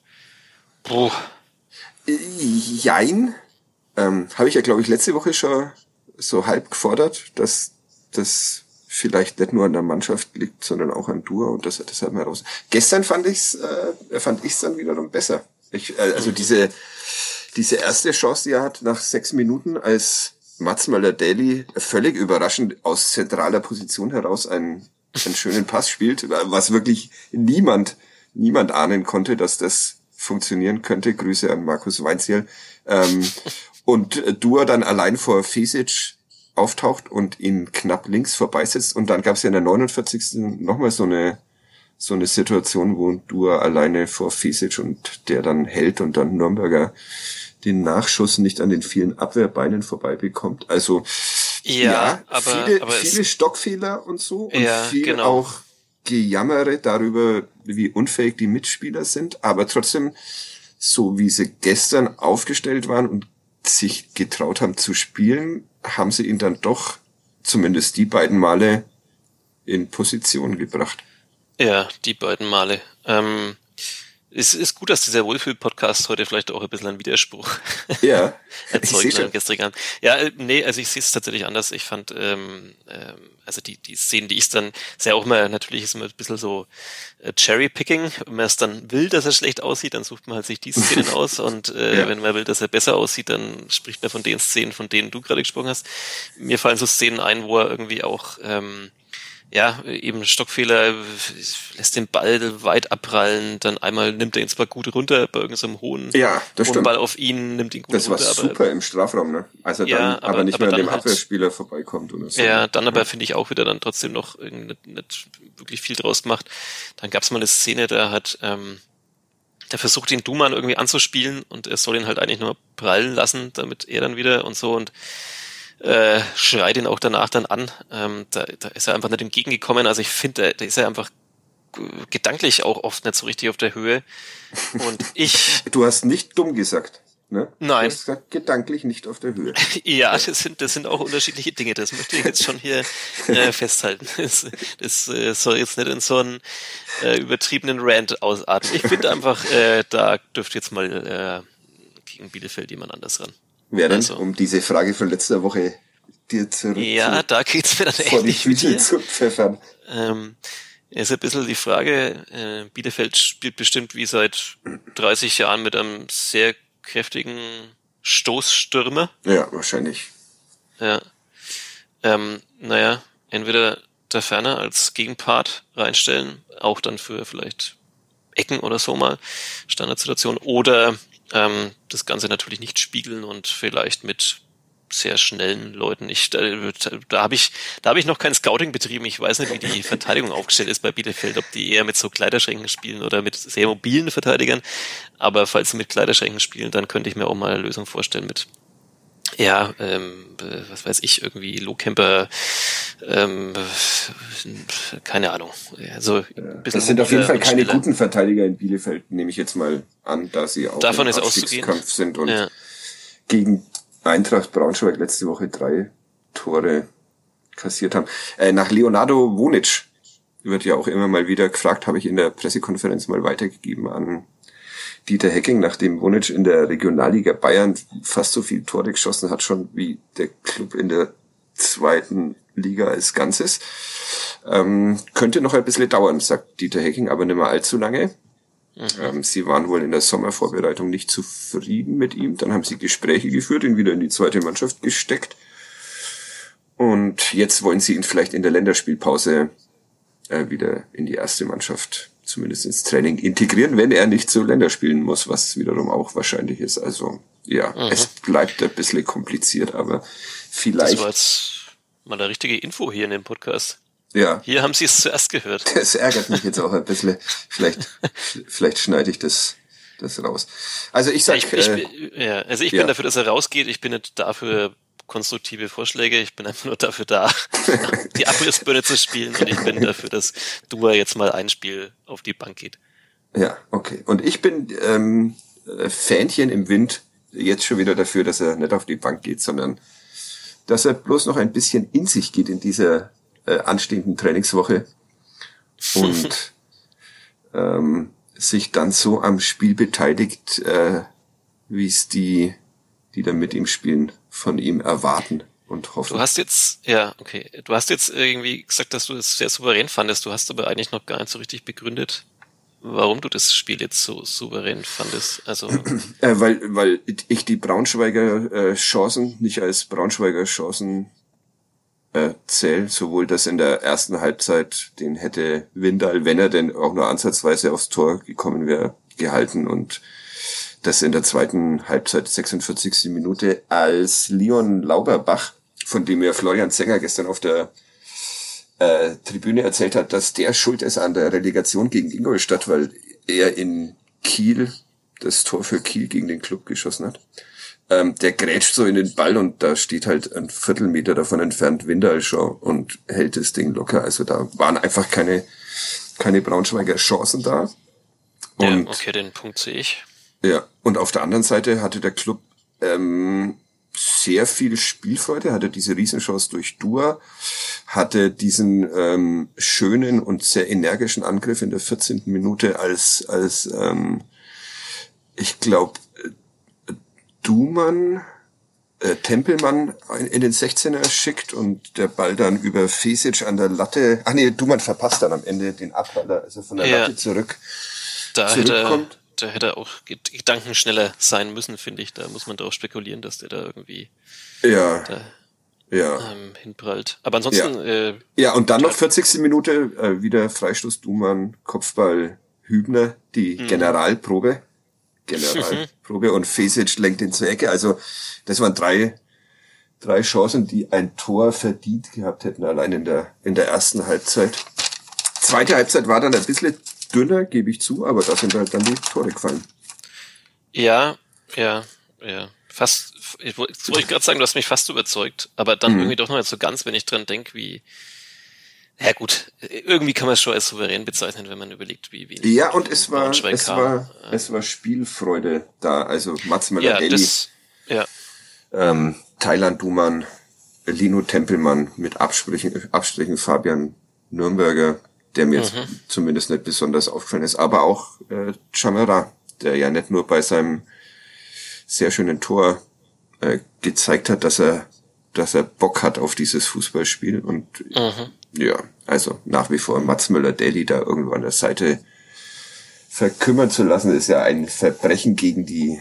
Jein. Habe ich ja, glaube ich, letzte Woche schon so halb gefordert, dass das vielleicht nicht nur an der Mannschaft liegt, sondern auch an Dua und das deshalb mal raus. Gestern fand ich's dann wiederum besser. Also diese erste Chance, die er hat nach 6 Minuten, als Mats Möller-Dähli völlig überraschend aus zentraler Position heraus einen schönen Pass spielt, was wirklich niemand ahnen konnte, dass das funktionieren könnte. Grüße an Markus Weinzierl. Und Dua dann allein vor Fesic auftaucht und ihn knapp links vorbeisetzt. Und dann gab es ja in der 49. nochmal so eine Situation, wo Dua alleine vor Fesic und der dann hält und dann Nürnberger den Nachschuss nicht an den vielen Abwehrbeinen vorbei bekommt. Also aber viele Stockfehler und so und viel auch Gejammere darüber, wie unfähig die Mitspieler sind. Aber trotzdem, so wie sie gestern aufgestellt waren und sich getraut haben zu spielen, haben sie ihn dann doch zumindest die beiden Male in Position gebracht. Ja, die beiden Male. Es ist gut, dass dieser Wohlfühl-Podcast heute vielleicht auch ein bisschen einen Widerspruch erzeugt am gestrigen Abend. Ja, also ich sehe es tatsächlich anders. Ich fand, also die Szenen, die ich dann, ist ja auch immer, natürlich ist immer ein bisschen so Cherry-Picking. Wenn man es dann will, dass er schlecht aussieht, dann sucht man halt sich die Szenen aus und wenn man will, dass er besser aussieht, dann spricht man von den Szenen, von denen du gerade gesprochen hast. Mir fallen so Szenen ein, wo er irgendwie auch ja, eben Stockfehler, lässt den Ball weit abprallen, dann einmal nimmt er ihn zwar gut runter bei irgendeinem hohen Ball auf ihn, nimmt ihn gut runter. Das war super im Strafraum, ne? Also dann, aber nicht mehr an dem Abwehrspieler vorbeikommt oder so. Ja, dann aber finde ich auch wieder dann trotzdem noch nicht wirklich viel draus gemacht. Dann gab es mal eine Szene, der versucht den Duman irgendwie anzuspielen und er soll ihn halt eigentlich nur prallen lassen, damit er dann wieder und so und schreit ihn auch danach dann an. Da ist er einfach nicht entgegengekommen. Also ich finde, da ist er einfach gedanklich auch oft nicht so richtig auf der Höhe. Und Du hast nicht dumm gesagt, ne? Nein. Du hast gesagt, gedanklich nicht auf der Höhe. Ja, das sind auch unterschiedliche Dinge. Das möchte ich jetzt schon hier festhalten. Das soll jetzt nicht in so einen übertriebenen Rant ausarten. Ich finde einfach, da dürfte jetzt mal gegen Bielefeld jemand anders ran. Wer denn, um diese Frage von letzter Woche dir da geht's mir dann vor die Füße zu pfeffern. Ist ein bisschen die Frage, Bielefeld spielt bestimmt wie seit 30 Jahren mit einem sehr kräftigen Stoßstürmer. Ja, wahrscheinlich. Ja. Entweder der Ferner als Gegenpart reinstellen, auch dann für vielleicht Ecken oder so mal, Standardsituation, oder das Ganze natürlich nicht spiegeln und vielleicht mit sehr schnellen Leuten. Da habe ich noch kein Scouting betrieben. Ich weiß nicht, wie die Verteidigung aufgestellt ist bei Bielefeld, ob die eher mit so Kleiderschränken spielen oder mit sehr mobilen Verteidigern. Aber falls sie mit Kleiderschränken spielen, dann könnte ich mir auch mal eine Lösung vorstellen mit was weiß ich, irgendwie Lohkemper, keine Ahnung. Also ein bisschen das sind auf jeden Fall keine guten Verteidiger in Bielefeld, nehme ich jetzt mal an, da sie auch davon im Abstiegskampf sind und gegen Eintracht Braunschweig letzte Woche 3 Tore kassiert haben. Nach Leonardo Vonic wird ja auch immer mal wieder gefragt, habe ich in der Pressekonferenz mal weitergegeben an Dieter Hecking, nachdem Vonic in der Regionalliga Bayern fast so viele Tore geschossen hat, schon wie der Club in der zweiten Liga als Ganzes. Könnte noch ein bisschen dauern, sagt Dieter Hecking, aber nicht mehr allzu lange. Sie waren wohl in der Sommervorbereitung nicht zufrieden mit ihm. Dann haben sie Gespräche geführt, ihn wieder in die zweite Mannschaft gesteckt. Und jetzt wollen sie ihn vielleicht in der Länderspielpause wieder in die erste Mannschaft, zumindest ins Training, integrieren, wenn er nicht zu Länderspielen muss, was wiederum auch wahrscheinlich ist. Also ja, es bleibt ein bisschen kompliziert, aber vielleicht... Das war jetzt mal eine richtige Info hier in dem Podcast. Ja. Hier haben Sie es zuerst gehört. Das ärgert mich jetzt auch ein bisschen. Vielleicht schneide ich das raus. Also ich sag... Ich bin dafür, dass er rausgeht. Ich bin nicht dafür konstruktive Vorschläge. Ich bin einfach nur dafür da, die Abrissbirne zu spielen, und ich bin dafür, dass Dua jetzt mal ein Spiel auf die Bank geht. Ja, okay. Und ich bin Fähnchen im Wind jetzt schon wieder dafür, dass er nicht auf die Bank geht, sondern dass er bloß noch ein bisschen in sich geht in dieser anstehenden Trainingswoche und sich dann so am Spiel beteiligt, wie es die da mit ihm spielen, von ihm erwarten und hoffen. Du hast jetzt irgendwie gesagt, dass du es sehr souverän fandest. Du hast aber eigentlich noch gar nicht so richtig begründet, warum du das Spiel jetzt so souverän fandest. Also weil ich die Braunschweiger Chancen nicht als Braunschweiger Chancen zähle, sowohl das in der ersten Halbzeit, den hätte Windal, wenn er denn auch nur ansatzweise aufs Tor gekommen wäre, gehalten, und das in der zweiten Halbzeit, 46. Minute, als Leon Lauberbach, von dem ja Florian Zenger gestern auf der Tribüne erzählt hat, dass der schuld ist an der Relegation gegen Ingolstadt, weil er in Kiel das Tor für Kiel gegen den Club geschossen hat. Der grätscht so in den Ball und da steht halt ein Viertelmeter davon entfernt Windal schon und hält das Ding locker. Also da waren einfach keine Braunschweiger Chancen da. Und, ja, okay, den Punkt sehe ich. Ja, und auf der anderen Seite hatte der Club sehr viel Spielfreude, hatte diese Riesenchance durch Dua, hatte diesen schönen und sehr energischen Angriff in der 14. Minute, als ich glaube, Tempelmann in den 16er schickt und der Ball dann über Fesic an der Latte, Dumann verpasst dann am Ende den Abpraller, also von der Latte zurückkommt. Da hätte er auch gedankenschneller sein müssen, finde ich. Da muss man drauf spekulieren, dass der da irgendwie... Ja. hinprallt. Aber ansonsten... Ja, und dann noch 40. Minute, wieder Freistoß Dumann, Kopfball Hübner, die Generalprobe und Fesic lenkt ihn zur Ecke. Also das waren drei Chancen, die ein Tor verdient gehabt hätten, allein in der ersten Halbzeit. Zweite Halbzeit war dann ein bisschen dünner, gebe ich zu, aber da sind halt dann die Tore gefallen. Ja. Fast, ich wollte gerade sagen, du hast mich fast überzeugt, aber dann irgendwie doch noch nicht so ganz, wenn ich dran denke, wie, ja gut, irgendwie kann man es schon als souverän bezeichnen, wenn man überlegt, wie ja, und es war Spielfreude da, also Mats Möller-Deli, Thailand Dumann, Lino Tempelmann mit Abstrichen Fabian Nürnberger, der mir jetzt zumindest nicht besonders aufgefallen ist, aber auch Chamara, der ja nicht nur bei seinem sehr schönen Tor gezeigt hat, dass er Bock hat auf dieses Fußballspiel und ja, also nach wie vor Mats Möller-Deli da irgendwo an der Seite verkümmern zu lassen, ist ja ein Verbrechen gegen die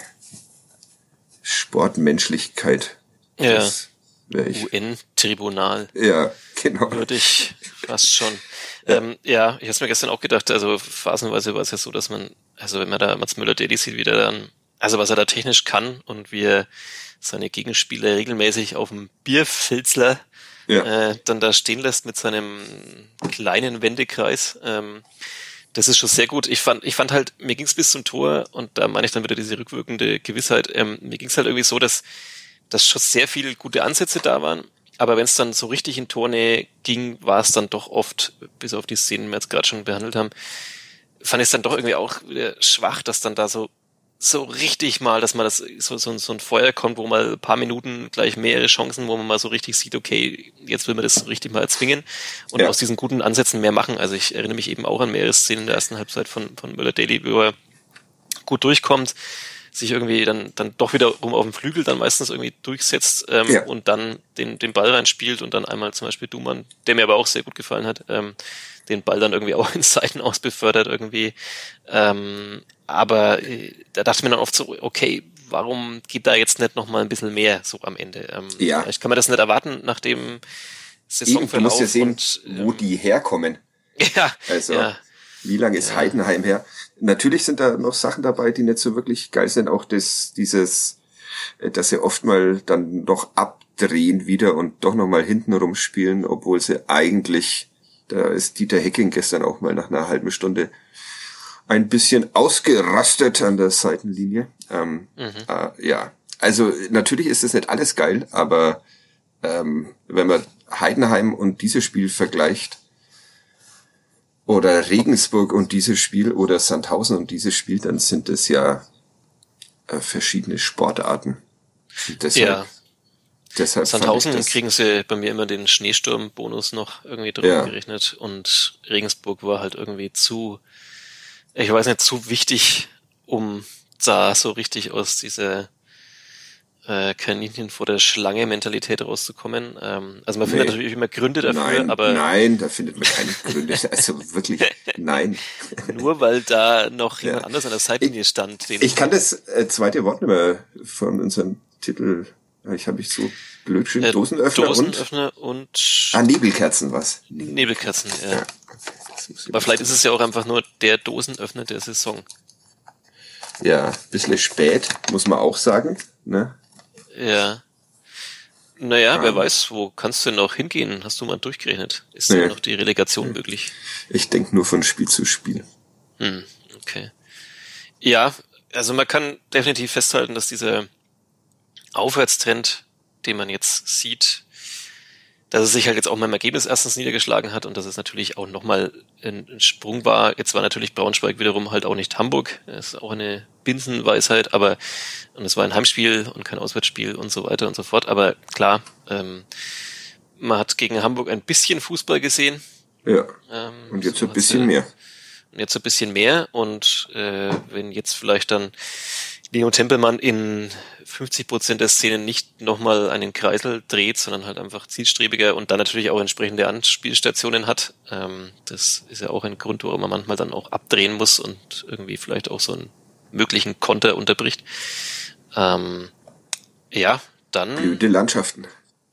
Sportmenschlichkeit. Ja, UN-Tribunal. Ja, genau. Würde ich fast schon. Ja, ich hab's mir gestern auch gedacht, also phasenweise war es ja so, dass man, also wenn man da Mats Möller-Deli sieht, wie der dann, also was er da technisch kann und wie er seine Gegenspieler regelmäßig auf dem Bierfilzler dann da stehen lässt mit seinem kleinen Wendekreis. Das ist schon sehr gut. Ich fand halt, mir ging's bis zum Tor und da meine ich dann wieder diese rückwirkende Gewissheit, mir ging's halt irgendwie so, dass schon sehr viele gute Ansätze da waren, aber wenn es dann so richtig in Tornähe ging, war es dann doch oft, bis auf die Szenen, die wir jetzt gerade schon behandelt haben, fand ich es dann doch irgendwie auch wieder schwach, dass dann da so richtig mal, dass man das so ein Feuer kommt, wo mal ein paar Minuten gleich mehrere Chancen, wo man mal so richtig sieht, okay, jetzt will man das richtig mal erzwingen und aus diesen guten Ansätzen mehr machen. Also ich erinnere mich eben auch an mehrere Szenen in der ersten Halbzeit von Möller-Deli, wo er gut durchkommt, sich irgendwie dann doch wiederum auf dem Flügel dann meistens irgendwie durchsetzt und dann den Ball reinspielt und dann einmal zum Beispiel Dumann, der mir aber auch sehr gut gefallen hat, den Ball dann irgendwie auch ins Seiten aus befördert irgendwie. Aber da dachte ich mir dann oft so, okay, warum geht da jetzt nicht noch mal ein bisschen mehr so am Ende? Ich kann mir das nicht erwarten nach dem Saisonverlauf. Du musst ja sehen, wo die herkommen. Ja. Also, wie lange ist Heidenheim her? Natürlich sind da noch Sachen dabei, die nicht so wirklich geil sind. Auch dass sie oft mal dann doch abdrehen wieder und doch noch mal hinten rumspielen, obwohl sie eigentlich, da ist Dieter Hecking gestern auch mal nach einer halben Stunde ein bisschen ausgerastet an der Seitenlinie. Also natürlich ist das nicht alles geil, aber wenn man Heidenheim und dieses Spiel vergleicht, oder Regensburg und dieses Spiel oder Sandhausen und dieses Spiel, dann sind es ja verschiedene Sportarten. Deshalb Sandhausen kriegen sie bei mir immer den Schneesturm-Bonus noch irgendwie drüber gerechnet und Regensburg war halt irgendwie zu wichtig, um da so richtig aus dieser Kaninchen vor der Schlange-Mentalität rauszukommen. Also man findet natürlich immer Gründe dafür, aber... Nein, da findet man keine Gründe. Also wirklich, nein. Nur weil da noch jemand anders an der Seitenlinie stand. Ich kann das zweite Wort nicht mehr von unserem Titel, habe ich so blöd geschrieben, Dosenöffner und... Nebelkerzen was. Nebelkerzen, ja. Aber vielleicht ist es ja auch einfach nur der Dosenöffner der Saison. Ja, bisschen spät, muss man auch sagen, ne? Ja. Naja, wer weiß, wo kannst du denn noch hingehen? Hast du mal durchgerechnet? Ist denn noch die Relegation möglich? Ich denke nur von Spiel zu Spiel. Okay. Ja, also man kann definitiv festhalten, dass dieser Aufwärtstrend, den man jetzt sieht, dass es sich halt jetzt auch mal im Ergebnis erstens niedergeschlagen hat und dass es natürlich auch nochmal ein Sprung war. Jetzt war natürlich Braunschweig wiederum halt auch nicht Hamburg. Das ist auch eine Binsenweisheit, und es war ein Heimspiel und kein Auswärtsspiel und so weiter und so fort. Aber klar, man hat gegen Hamburg ein bisschen Fußball gesehen. Ja, und jetzt ein bisschen mehr. Und jetzt ein bisschen mehr und wenn jetzt vielleicht dann Lino Tempelmann in 50% der Szenen nicht nochmal einen Kreisel dreht, sondern halt einfach zielstrebiger und dann natürlich auch entsprechende Anspielstationen hat. Das ist ja auch ein Grund, warum man manchmal dann auch abdrehen muss und irgendwie vielleicht auch so einen möglichen Konter unterbricht. Dann... Blöde Landschaften.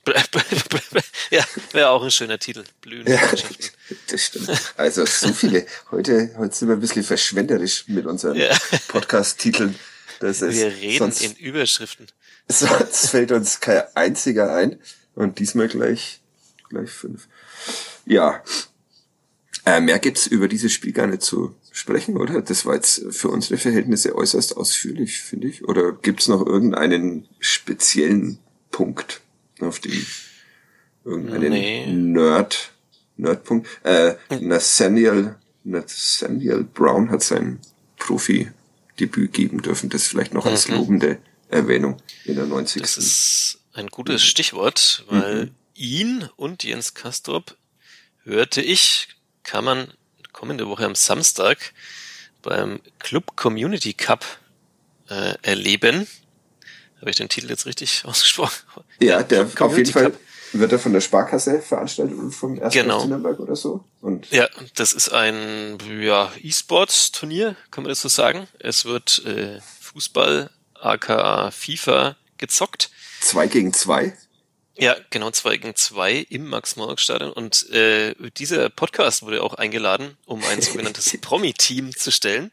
Ja, wäre auch ein schöner Titel. Blühende Mannschaften. Das stimmt. Also so viele. Heute sind wir ein bisschen verschwenderisch mit unseren Podcast-Titeln. Wir reden in Überschriften. Sonst fällt uns kein einziger ein. Und diesmal gleich 5. Ja. Mehr gibt's über dieses Spiel gar nicht zu sprechen, oder? Das war jetzt für unsere Verhältnisse äußerst ausführlich, finde ich. Oder gibt's noch irgendeinen speziellen Punkt, auf dem irgendeinen Nerdpunkt? Nathaniel Brown hat sein Profi-Debüt geben dürfen. Das vielleicht noch als lobende Erwähnung in der 90. Das ist ein gutes Stichwort, weil ihn und Jens Kastorp hörte ich, kann man kommende Woche am Samstag beim Club Community Cup erleben. Habe ich den Titel jetzt richtig ausgesprochen? Ja, der auf jeden Fall wird er von der Sparkasse veranstaltet und vom 1. FC Nürnberg oder so. Und ja, das ist ein E-Sports-Turnier, kann man das so sagen. Es wird Fußball, aka FIFA, gezockt. 2 gegen 2? Ja, genau, 2 gegen 2 im Max-Morlock-Stadion. Und dieser Podcast wurde auch eingeladen, um ein sogenanntes Promi-Team zu stellen,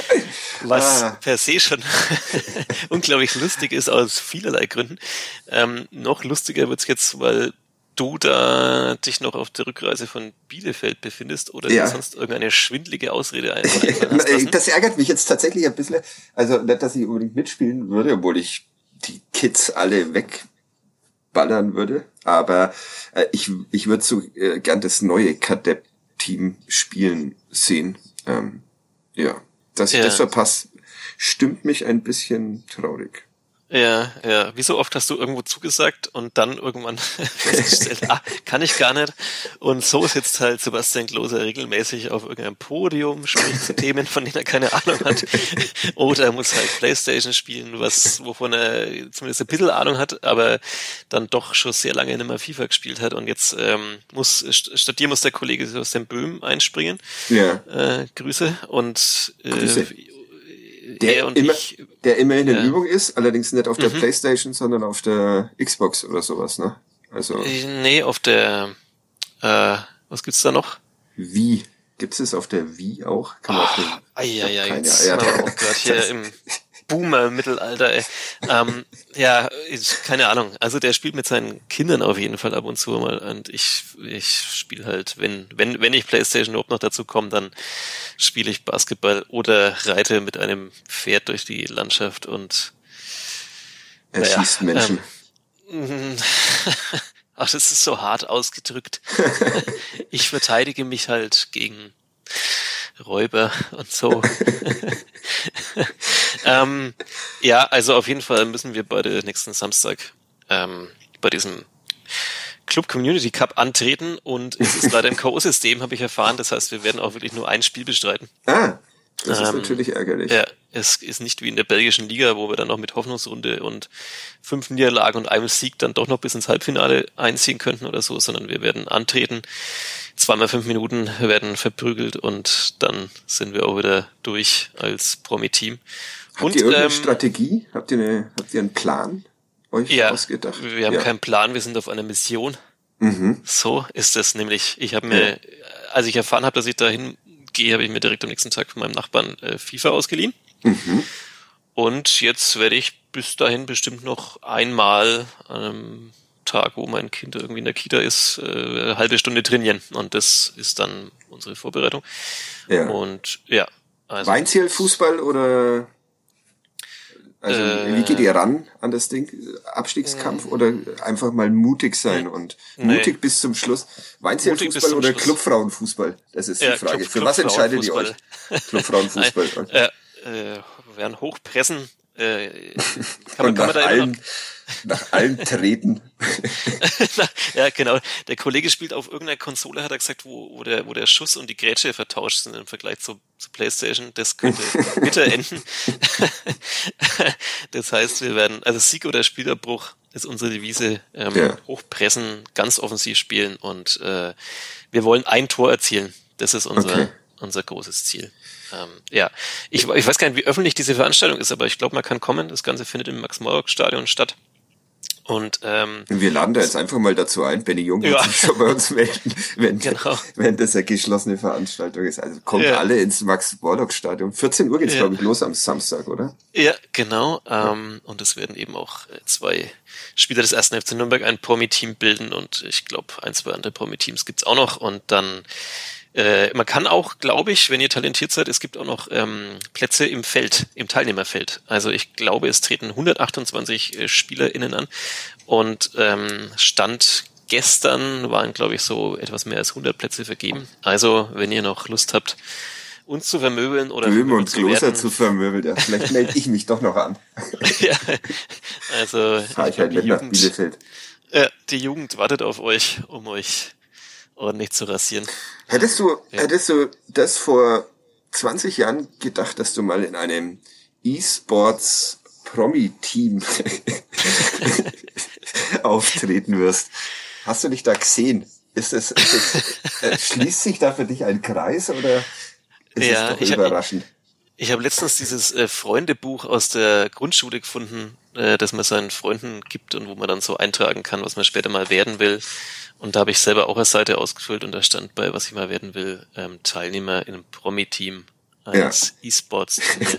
was per se schon unglaublich lustig ist aus vielerlei Gründen. Noch lustiger wird's jetzt, weil du da dich noch auf der Rückreise von Bielefeld befindest oder dir sonst irgendeine schwindlige Ausrede einfallen hast. Das ärgert mich jetzt tatsächlich ein bisschen. Also nicht, dass ich unbedingt mitspielen würde, obwohl ich die Kids alle wegballern würde. Aber ich würde so gern das neue Kadepp-Team spielen sehen. Dass ich das verpasse, stimmt mich ein bisschen traurig. Ja. Wie so oft hast du irgendwo zugesagt und dann irgendwann festgestellt, kann ich gar nicht. Und so sitzt halt Sebastian Klose regelmäßig auf irgendeinem Podium, spricht zu Themen, von denen er keine Ahnung hat. Oder er muss halt Playstation spielen, wovon er zumindest ein bisschen Ahnung hat, aber dann doch schon sehr lange nicht mehr FIFA gespielt hat. Und jetzt statt dir muss der Kollege Sebastian Böhm einspringen. Ja. Grüße. Und Grüße. Der immerhin in Übung ist, allerdings nicht auf der Playstation, sondern auf der Xbox oder sowas, ne? Also. Nee, auf der, was gibt's da noch? Wii. Gibt's es auf der Wii auch? Kann man auf den, jetzt sind wir auch gerade hier im Boomer-Mittelalter, ey. Keine Ahnung. Also der spielt mit seinen Kindern auf jeden Fall ab und zu mal und ich spiele halt, wenn ich Playstation überhaupt noch dazu komme, dann spiele ich Basketball oder reite mit einem Pferd durch die Landschaft und schießt Menschen. Ach, das ist so hart ausgedrückt. Ich verteidige mich halt gegen Räuber und so. Also auf jeden Fall müssen wir beide nächsten Samstag bei diesem Club Community Cup antreten und es ist leider im K.O.-System, habe ich erfahren. Das heißt, wir werden auch wirklich nur ein Spiel bestreiten. Das ist natürlich ärgerlich. Ja, es ist nicht wie in der belgischen Liga, wo wir dann noch mit Hoffnungsrunde und 5 Niederlagen und einem Sieg dann doch noch bis ins Halbfinale einziehen könnten oder so, sondern wir werden antreten, 2x5 Minuten werden verprügelt und dann sind wir auch wieder durch als Promi-Team. Habt ihr irgendeine Strategie? Habt ihr einen Plan euch ausgedacht? Wir haben keinen Plan, wir sind auf einer Mission. So ist es nämlich. Ich habe mir, als ich erfahren habe, dass ich dahin gehe, habe ich mir direkt am nächsten Tag von meinem Nachbarn FIFA ausgeliehen. Und jetzt werde ich bis dahin bestimmt noch einmal an einem Tag, wo mein Kind irgendwie in der Kita ist, eine halbe Stunde trainieren. Und das ist dann unsere Vorbereitung. Ja. Und ja. Also Weinziel, Fußball oder wie geht ihr ran an das Ding? Abstiegskampf oder einfach mal mutig sein und mutig bis zum Schluss? Weinziel-Fußball oder Clubfrauenfußball? Das ist die Frage. Für was entscheidet ihr euch? Clubfrauenfußball. Wir werden hochpressen. Kann man nach allen treten. Ja, genau. Der Kollege spielt auf irgendeiner Konsole, hat er gesagt, wo der Schuss und die Grätsche vertauscht sind im Vergleich zu PlayStation. Das könnte bitter enden. Das heißt, wir werden, also Sieg oder Spielabbruch ist unsere Devise. Hochpressen, ganz offensiv spielen und wir wollen ein Tor erzielen. Das ist unser großes Ziel. Ich weiß gar nicht, wie öffentlich diese Veranstaltung ist, aber ich glaube, man kann kommen. Das Ganze findet im Max-Morlock-Stadion statt. Und wir laden da jetzt einfach mal dazu ein, Benny Jung wird sich schon bei uns melden, wenn das eine geschlossene Veranstaltung ist. Also kommt alle ins Max-Morlock-Stadion. 14 Uhr geht's, glaube ich, los am Samstag, oder? Ja, genau. Und es werden eben auch 2 Spieler des 1. FC Nürnberg ein Promi-Team bilden und ich glaube, 1, 2 andere Promi-Teams gibt's auch noch. Und dann man kann auch, glaube ich, wenn ihr talentiert seid, es gibt auch noch Plätze im Feld, im Teilnehmerfeld. Also ich glaube, es treten 128 SpielerInnen an und Stand gestern waren, glaube ich, so etwas mehr als 100 Plätze vergeben. Also wenn ihr noch Lust habt, uns zu vermöbeln oder Böhm und Kloster zu vermöbeln, ja, vielleicht melde ich mich doch noch an. Ja, also fahr ich halt mit nach Bielefeld. Die Jugend wartet auf euch, um euch ordentlich zu rasieren. Hättest du das vor 20 Jahren gedacht, dass du mal in einem E-Sports-Promi-Team auftreten wirst? Hast du dich da gesehen? Schließt sich da für dich ein Kreis oder ist es doch überraschend? Ich habe letztens dieses Freundebuch aus der Grundschule gefunden, das man seinen Freunden gibt und wo man dann so eintragen kann, was man später mal werden will. Und da habe ich selber auch eine Seite ausgefüllt und da stand bei, was ich mal werden will, Teilnehmer in einem Promi-Team eines E-Sports-Turnier.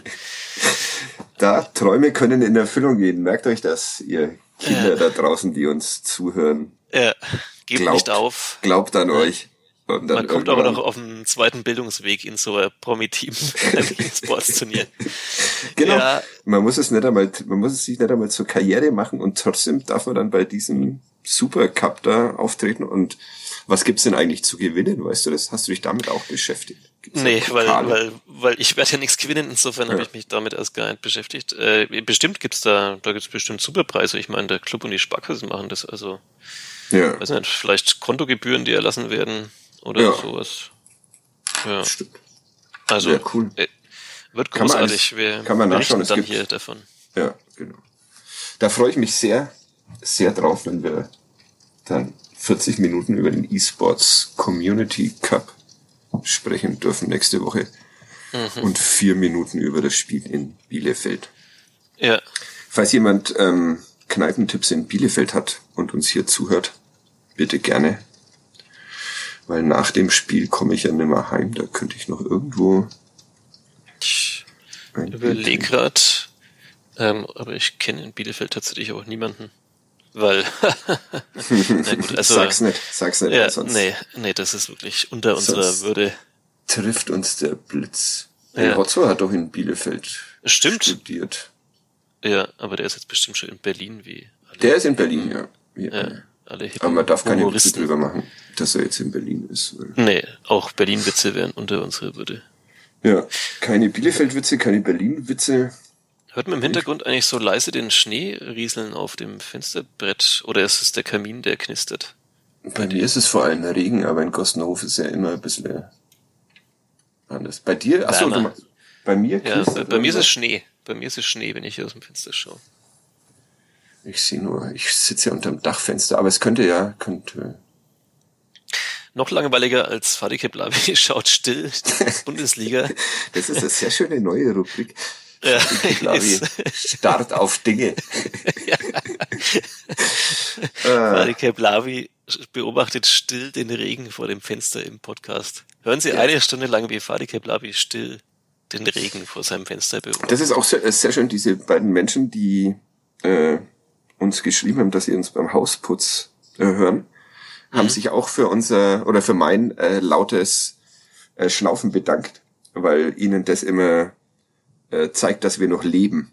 Da, Träume können in Erfüllung gehen. Merkt euch das, ihr Kinder da draußen, die uns zuhören. Ja, gebt nicht auf. Glaubt an euch. Und dann man kommt aber noch auf einen zweiten Bildungsweg in so ein Promi-Team E-Sports-Turnier. Genau. Ja. Man muss es sich nicht einmal zur Karriere machen und trotzdem darf man dann bei diesem Supercup da auftreten. Und was gibt's denn eigentlich zu gewinnen? Weißt du das? Hast du dich damit auch beschäftigt? Nee, weil ich werde ja nichts gewinnen. Insofern habe ich mich damit erst gar nicht beschäftigt. Bestimmt gibt's da gibt's bestimmt Superpreise. Ich meine, der Club und die Sparkassen machen das. Also, weiß nicht, vielleicht Kontogebühren, die erlassen werden oder sowas. Ja. Stimmt. Also, ja, cool. Wird großartig. Kann man nachschauen. Es dann hier davon. Ja, genau. Da freue ich mich sehr, sehr drauf, wenn wir dann 40 Minuten über den E-Sports Community Cup sprechen dürfen nächste Woche und 4 Minuten über das Spiel in Bielefeld. Ja. Falls jemand Kneipentipps in Bielefeld hat und uns hier zuhört, bitte gerne, weil nach dem Spiel komme ich ja nicht mehr heim, da könnte ich noch irgendwo ich überlege gerade, aber ich kenne in Bielefeld tatsächlich auch niemanden. Weil, na gut, also. Sag's nicht, ja, sonst. Nee, das ist wirklich unter unserer Würde. Trifft uns der Blitz. Ja. Hotzo hat doch in Bielefeld studiert. Ja, aber der ist jetzt bestimmt schon in Berlin, wie alle. Der ist in Berlin, ja. Alle aber man darf keine Witze drüber machen, dass er jetzt in Berlin ist. Nee, auch Berlin-Witze wären unter unserer Würde. Ja, keine Bielefeld-Witze, keine Berlin-Witze. Hört man im Hintergrund eigentlich so leise den Schnee rieseln auf dem Fensterbrett oder ist es der Kamin, der knistert? Bei mir ist es vor allem Regen, aber in Gostenhof ist ja immer ein bisschen anders. Bei dir? Achso, bei mir knistert. Ja, bei mir ist es Schnee. Bei mir ist es Schnee, wenn ich hier aus dem Fenster schaue. Ich sitze ja unterm Dachfenster, aber es könnte. Noch langweiliger als Fadi Keblavi schaut still Bundesliga. Das ist eine sehr schöne neue Rubrik. Ja, Start auf Dinge. Fadi Keblavi beobachtet still den Regen vor dem Fenster im Podcast. Hören Sie eine Stunde lang, wie Fadi Keblavi still den Regen vor seinem Fenster beobachtet. Das ist auch sehr schön, diese beiden Menschen, die uns geschrieben haben, dass sie uns beim Hausputz hören, haben sich auch für für mein lautes Schnaufen bedankt, weil ihnen das immer zeigt, dass wir noch leben.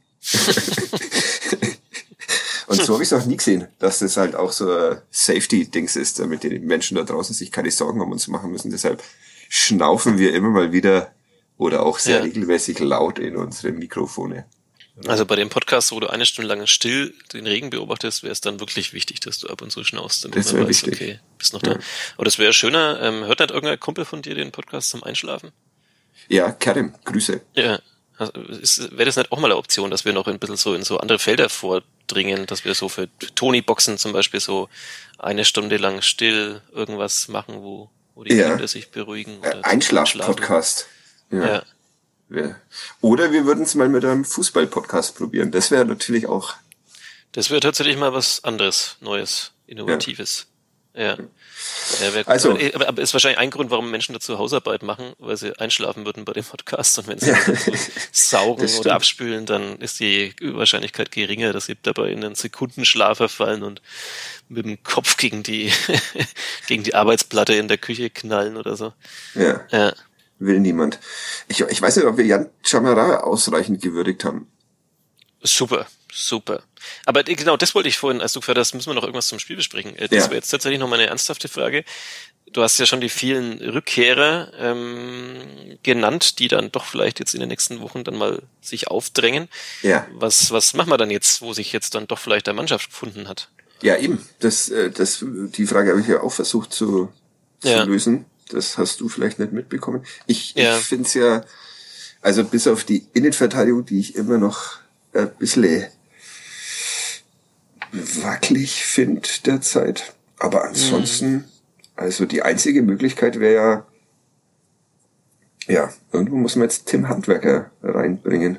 Und so habe ich es noch nie gesehen, dass das halt auch so ein Safety-Dings ist, damit die Menschen da draußen sich keine Sorgen um uns machen müssen. Deshalb schnaufen wir immer mal wieder oder auch sehr regelmäßig laut in unsere Mikrofone. Also bei dem Podcast, wo du eine Stunde lang still den Regen beobachtest, wäre es dann wirklich wichtig, dass du ab und zu schnaufst, damit das wäre wichtig. Okay, bist noch da. Aber das wäre schöner. Hört nicht irgendein Kumpel von dir den Podcast zum Einschlafen? Ja, Karim, Grüße. Ja. Wäre das nicht auch mal eine Option, dass wir noch ein bisschen so in so andere Felder vordringen, dass wir so für Tony-Boxen zum Beispiel so eine Stunde lang still irgendwas machen, wo die Kinder sich beruhigen? Oder Einschlaf-Podcast. Ja. Oder wir würden es mal mit einem Fußball-Podcast probieren. Das wäre natürlich auch Das wäre tatsächlich mal was anderes, Neues, Innovatives. Ja. Also, aber ist wahrscheinlich ein Grund, warum Menschen dazu Hausarbeit machen, weil sie einschlafen würden bei dem Podcast, und wenn sie dazu saugen oder abspülen, dann ist die Wahrscheinlichkeit geringer, dass sie dabei in einen Sekundenschlaf verfallen und mit dem Kopf gegen die Arbeitsplatte in der Küche knallen oder so. Ja. Will niemand. Ich weiß nicht, ob wir Jan Chamara ausreichend gewürdigt haben. Super. Aber genau, das wollte ich vorhin, als du gefragt hast, müssen wir noch irgendwas zum Spiel besprechen. Das wäre jetzt tatsächlich noch mal eine ernsthafte Frage. Du hast ja schon die vielen Rückkehrer genannt, die dann doch vielleicht jetzt in den nächsten Wochen dann mal sich aufdrängen. Ja. Was machen wir dann jetzt, wo sich jetzt dann doch vielleicht eine Mannschaft gefunden hat? Ja, eben. Die Frage habe ich ja auch versucht zu lösen. Das hast du vielleicht nicht mitbekommen. Ich finde es ja, also bis auf die Innenverteidigung, die ich immer noch ein bisschen wackelig finde derzeit. Aber ansonsten, also die einzige Möglichkeit wäre irgendwo muss man jetzt Tim Handwerker reinbringen.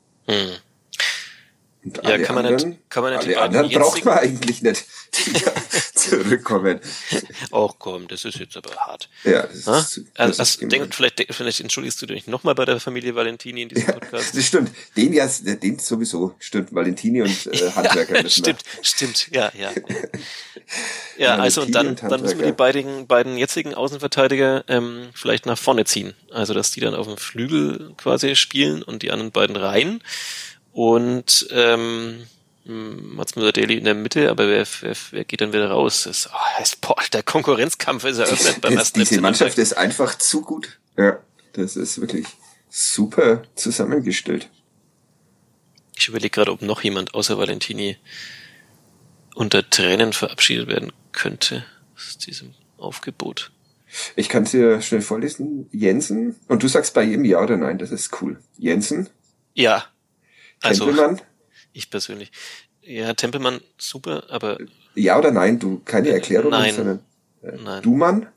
Und kann man nicht alle anderen braucht man eigentlich nicht, die da zurückkommen. Oh komm, das ist jetzt aber hart. Ja, vielleicht entschuldigst du dich nochmal bei der Familie Valentini in diesem Podcast. Das stimmt. Den sowieso. Stimmt, Valentini und Handwerker. Stimmt. Ja, also und dann müssen wir die beiden jetzigen Außenverteidiger vielleicht nach vorne ziehen. Also dass die dann auf dem Flügel quasi spielen und die anderen beiden rein. Und Mats Müller-Deli in der Mitte, aber wer geht dann wieder raus? Der Konkurrenzkampf ist eröffnet beim ersten. Diese Mannschaft ist einfach zu gut. Ja, das ist wirklich super zusammengestellt. Ich überlege gerade, ob noch jemand außer Valentini unter Tränen verabschiedet werden könnte aus diesem Aufgebot. Ich kann es dir schnell vorlesen. Jensen. Und du sagst bei jedem Ja oder Nein, das ist cool. Jensen. Ja. Also, Tempelmann? Ich persönlich. Ja, Tempelmann, super, aber... Ja oder nein? Du, keine Erklärung, sondern... Nein. Dumann?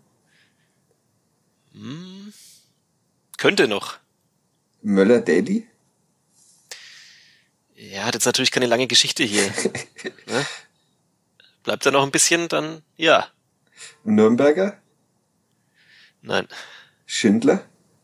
Könnte noch. Möller-Daly? Ja, das ist natürlich keine lange Geschichte hier. Ne? Bleibt da noch ein bisschen, dann ja. Nürnberger? Nein. Schindler?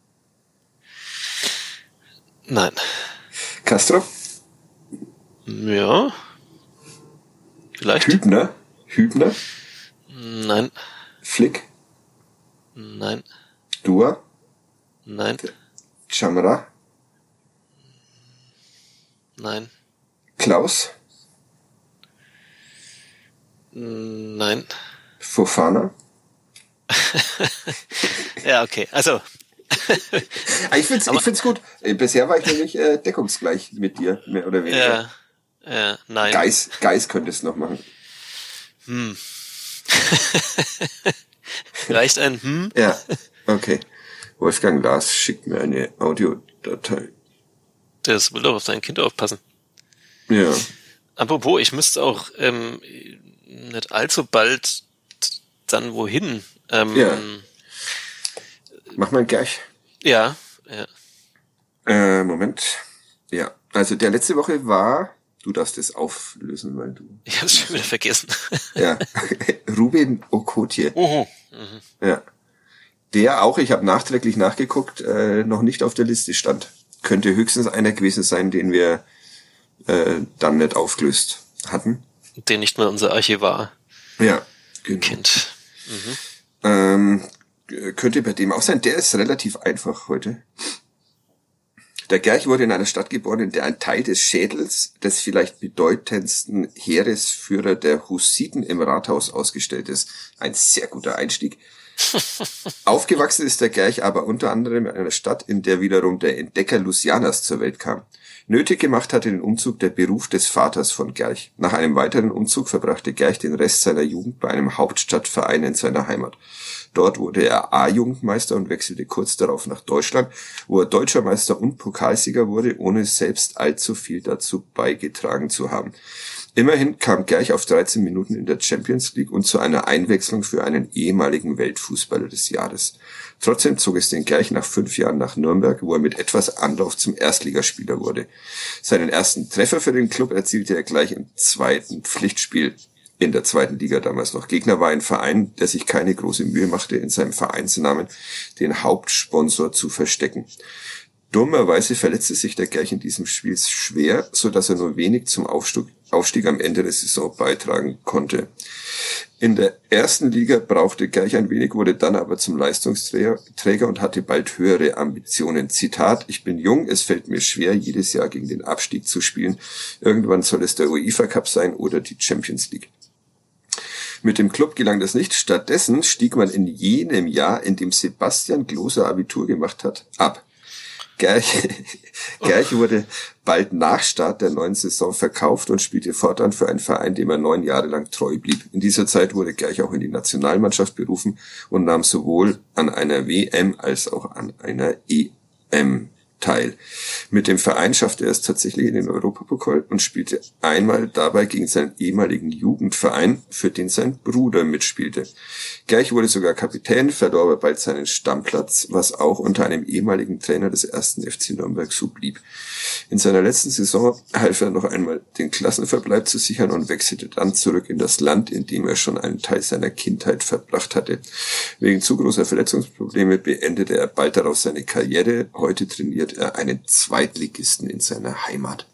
Nein. Castro? Ja. Vielleicht. Hübner? Nein. Flick? Nein. Dua? Nein. Chamara? Nein. Klaus? Nein. Fofana? Ja, okay. Also. Ich find's gut. Bisher war ich nämlich deckungsgleich mit dir, mehr oder weniger. Ja, nein. Geis könnte es noch machen. Reicht ein Ja, okay. Wolfgang Lars schickt mir eine Audiodatei. Das will doch auf sein Kind aufpassen. Ja. Apropos, ich müsste auch nicht allzu bald dann wohin. Ja. Mach mal gleich. Ja. Moment. Ja, also der letzte Woche war, du darfst es auflösen, weil du... Ich hab's schon wieder vergessen. Ja, Ruben Okotje. Ja. Der auch, ich habe nachträglich nachgeguckt, noch nicht auf der Liste stand. Könnte höchstens einer gewesen sein, den wir dann nicht aufgelöst hatten. Den nicht mal unser Archivar kennt. Könnte bei dem auch sein. Der ist relativ einfach heute. Der Gerch wurde in einer Stadt geboren, in der ein Teil des Schädels des vielleicht bedeutendsten Heeresführer der Hussiten im Rathaus ausgestellt ist. Ein sehr guter Einstieg. Aufgewachsen ist der Gerch aber unter anderem in einer Stadt, in der wiederum der Entdecker Lucianas zur Welt kam. Nötig gemacht hatte den Umzug der Beruf des Vaters von Gerch. Nach einem weiteren Umzug verbrachte Gerch den Rest seiner Jugend bei einem Hauptstadtverein in seiner Heimat. Dort wurde er A-Jugendmeister und wechselte kurz darauf nach Deutschland, wo er Deutscher Meister und Pokalsieger wurde, ohne selbst allzu viel dazu beigetragen zu haben. Immerhin kam Gerch auf 13 Minuten in der Champions League und zu einer Einwechslung für einen ehemaligen Weltfußballer des Jahres. Trotzdem zog es den Gerch nach 5 Jahren nach Nürnberg, wo er mit etwas Anlauf zum Erstligaspieler wurde. Seinen ersten Treffer für den Klub erzielte er gleich im zweiten Pflichtspiel in der zweiten Liga damals noch. Gegner war ein Verein, der sich keine große Mühe machte, in seinem Vereinsnamen den Hauptsponsor zu verstecken. Dummerweise verletzte sich der Gerch in diesem Spiel schwer, so dass er nur wenig zum Aufstieg am Ende der Saison beitragen konnte. In der ersten Liga brauchte Gerch ein wenig, wurde dann aber zum Leistungsträger und hatte bald höhere Ambitionen. Zitat: Ich bin jung, es fällt mir schwer, jedes Jahr gegen den Abstieg zu spielen. Irgendwann soll es der UEFA Cup sein oder die Champions League. Mit dem Club gelang das nicht. Stattdessen stieg man in jenem Jahr, in dem Sebastian Gloser Abitur gemacht hat, ab. Gerch wurde bald nach Start der neuen Saison verkauft und spielte fortan für einen Verein, dem er 9 Jahre lang treu blieb. In dieser Zeit wurde Gerch auch in die Nationalmannschaft berufen und nahm sowohl an einer WM als auch an einer EM teil. Mit dem Verein schaffte er es tatsächlich in den Europapokal und spielte einmal dabei gegen seinen ehemaligen Jugendverein, für den sein Bruder mitspielte. Gerch wurde sogar Kapitän, verlor aber bald seinen Stammplatz, was auch unter einem ehemaligen Trainer des 1. FC Nürnberg so blieb. In seiner letzten Saison half er noch einmal, den Klassenverbleib zu sichern und wechselte dann zurück in das Land, in dem er schon einen Teil seiner Kindheit verbracht hatte. Wegen zu großer Verletzungsprobleme beendete er bald darauf seine Karriere. Heute trainiert er einen Zweitligisten in seiner Heimat.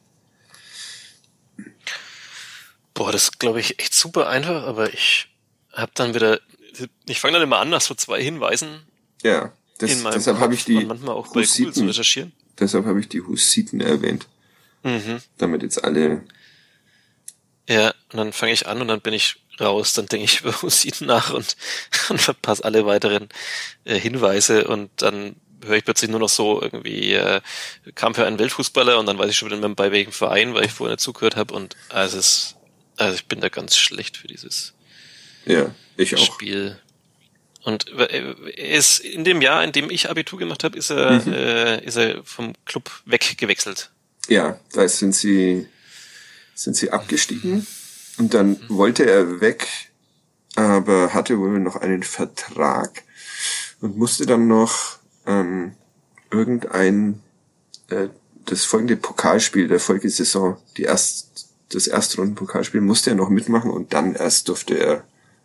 Boah, das ist, glaube ich, echt super einfach, aber ich fange dann immer an, nach so 2 Hinweisen. Ja, deshalb habe ich die manchmal auch bei Google zu recherchieren. Deshalb habe ich die Hussiten erwähnt. Damit jetzt alle... Ja, und dann fange ich an und dann bin ich raus, dann denke ich über Hussiten nach und verpasse alle weiteren Hinweise und dann höre ich plötzlich nur noch so irgendwie kam für einen Weltfußballer und dann weiß ich schon wieder bei welchem Verein, weil ich vorher nicht zugehört habe und also ich bin da ganz schlecht für dieses Spiel. Und er ist in dem Jahr, in dem ich Abitur gemacht habe, ist er vom Club weggewechselt. Ja, da sind sie abgestiegen und dann wollte er weg, aber hatte wohl noch einen Vertrag und musste dann noch das folgende Pokalspiel der Folgesaison, das Erstrundenpokalspiel musste er noch mitmachen und dann erst durfte er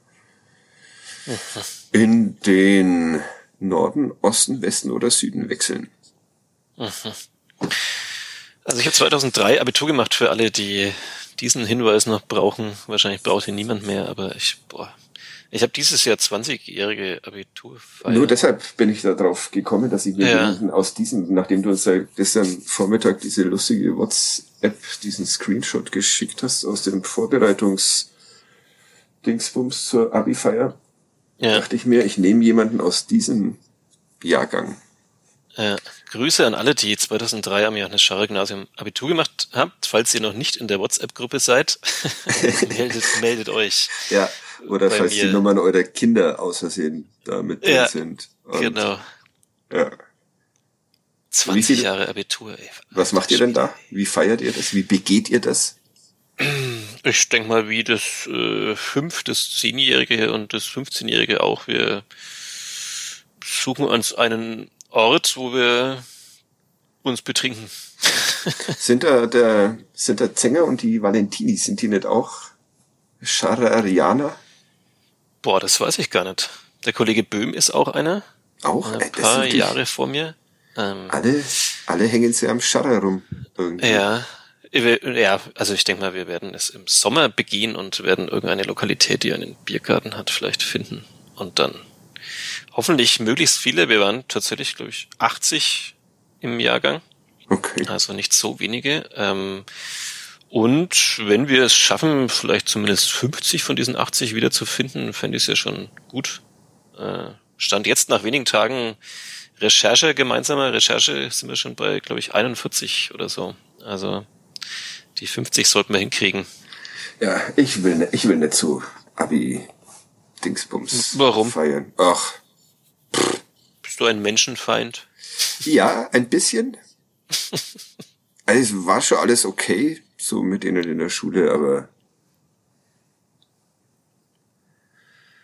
in den Norden, Osten, Westen oder Süden wechseln. Also ich habe 2003 Abitur gemacht für alle, die diesen Hinweis noch brauchen. Wahrscheinlich braucht ihn niemand mehr, aber ich habe dieses Jahr 20-jährige Abiturfeier. Nur deshalb bin ich da drauf gekommen, dass ich mir jemanden aus diesem, nachdem du uns gestern Vormittag diese lustige WhatsApp, diesen Screenshot geschickt hast aus dem Vorbereitungsdingsbums zur Abi-Feier, dachte ich mir, ich nehme jemanden aus diesem Jahrgang. Grüße an alle, die 2003 am Johannes Scharrer Gymnasium Abitur gemacht habt. Falls ihr noch nicht in der WhatsApp-Gruppe seid, meldet euch. Ja, oder falls die Nummern eurer Kinder aus Versehen da mit drin sind. Und genau. Ja. 20 Jahre Abitur. Ey. Was macht ihr denn da? Wie feiert ihr das? Wie begeht ihr das? Ich denke mal, wie das 5-, das 10-Jährige und das 15-Jährige auch. Wir suchen uns einen Ort, wo wir uns betrinken. Sind der Zenger und die Valentini, sind die nicht auch Scharrerianer? Boah, das weiß ich gar nicht. Der Kollege Böhm ist auch einer. Auch? Ein paar Jahre vor mir. Alle hängen sie am Scharrer rum. Irgendwie. Ja, also ich denke mal, wir werden es im Sommer begehen und werden irgendeine Lokalität, die einen Biergarten hat, vielleicht finden. Und dann hoffentlich möglichst viele. Wir waren tatsächlich, glaube ich, 80 im Jahrgang. Okay. Also nicht so wenige. Und wenn wir es schaffen, vielleicht zumindest 50 von diesen 80 wieder zu finden, fände ich es ja schon gut. Stand jetzt nach wenigen Tagen gemeinsamer Recherche, sind wir schon bei, glaube ich, 41 oder so. Also die 50 sollten wir hinkriegen. Ja, ich will nicht zu Abi-Dingsbums Warum? feiern. Ach. Bist du ein Menschenfeind? Ja, ein bisschen. Also es war schon alles okay, so mit denen in der Schule, aber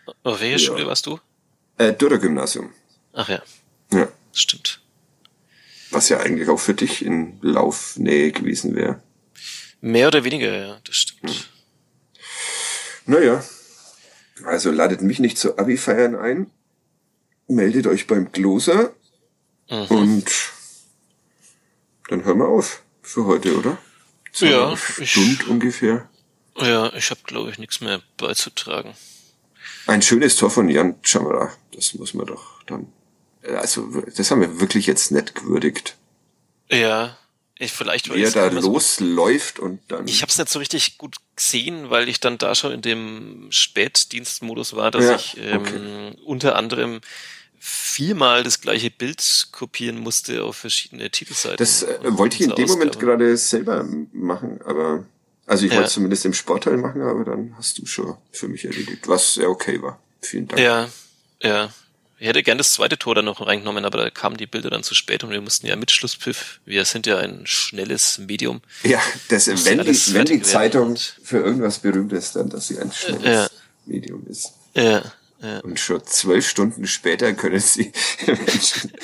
Auf welcher Schule warst du? Dürrer-Gymnasium. Ach ja. Ja. Stimmt. Was ja eigentlich auch für dich in Laufnähe gewesen wäre. Mehr oder weniger, ja, das stimmt. Naja, also ladet mich nicht zu Abi-Feiern ein, meldet euch beim Gloser und dann hören wir auf für heute, oder? Ja, Stunde ungefähr. Ja, ich habe, glaube ich, nichts mehr beizutragen. Ein schönes Tor von Jan Chamara, das muss man doch dann... Also, das haben wir wirklich jetzt nicht gewürdigt. Ja, vielleicht weil wie er da losläuft und dann... Ich habe es nicht so richtig gut gesehen, weil ich dann da schon in dem Spätdienstmodus war, dass ich unter anderem 4-mal das gleiche Bild kopieren musste auf verschiedene Titelseiten. Das wollte ich in dem Moment gerade selber machen, aber... Also ich wollte es zumindest im Sportteil machen, aber dann hast du schon für mich erledigt, was sehr okay war. Vielen Dank. Ja. Ich hätte gern das zweite Tor dann noch reingenommen, aber da kamen die Bilder dann zu spät und wir mussten ja mit Schlusspfiff. Wir sind ja ein schnelles Medium. Ja, wenn die Zeitung für irgendwas berühmt ist, dann, dass sie ein schnelles Medium ist. Ja. Und schon 12 Stunden später können sie Menschen...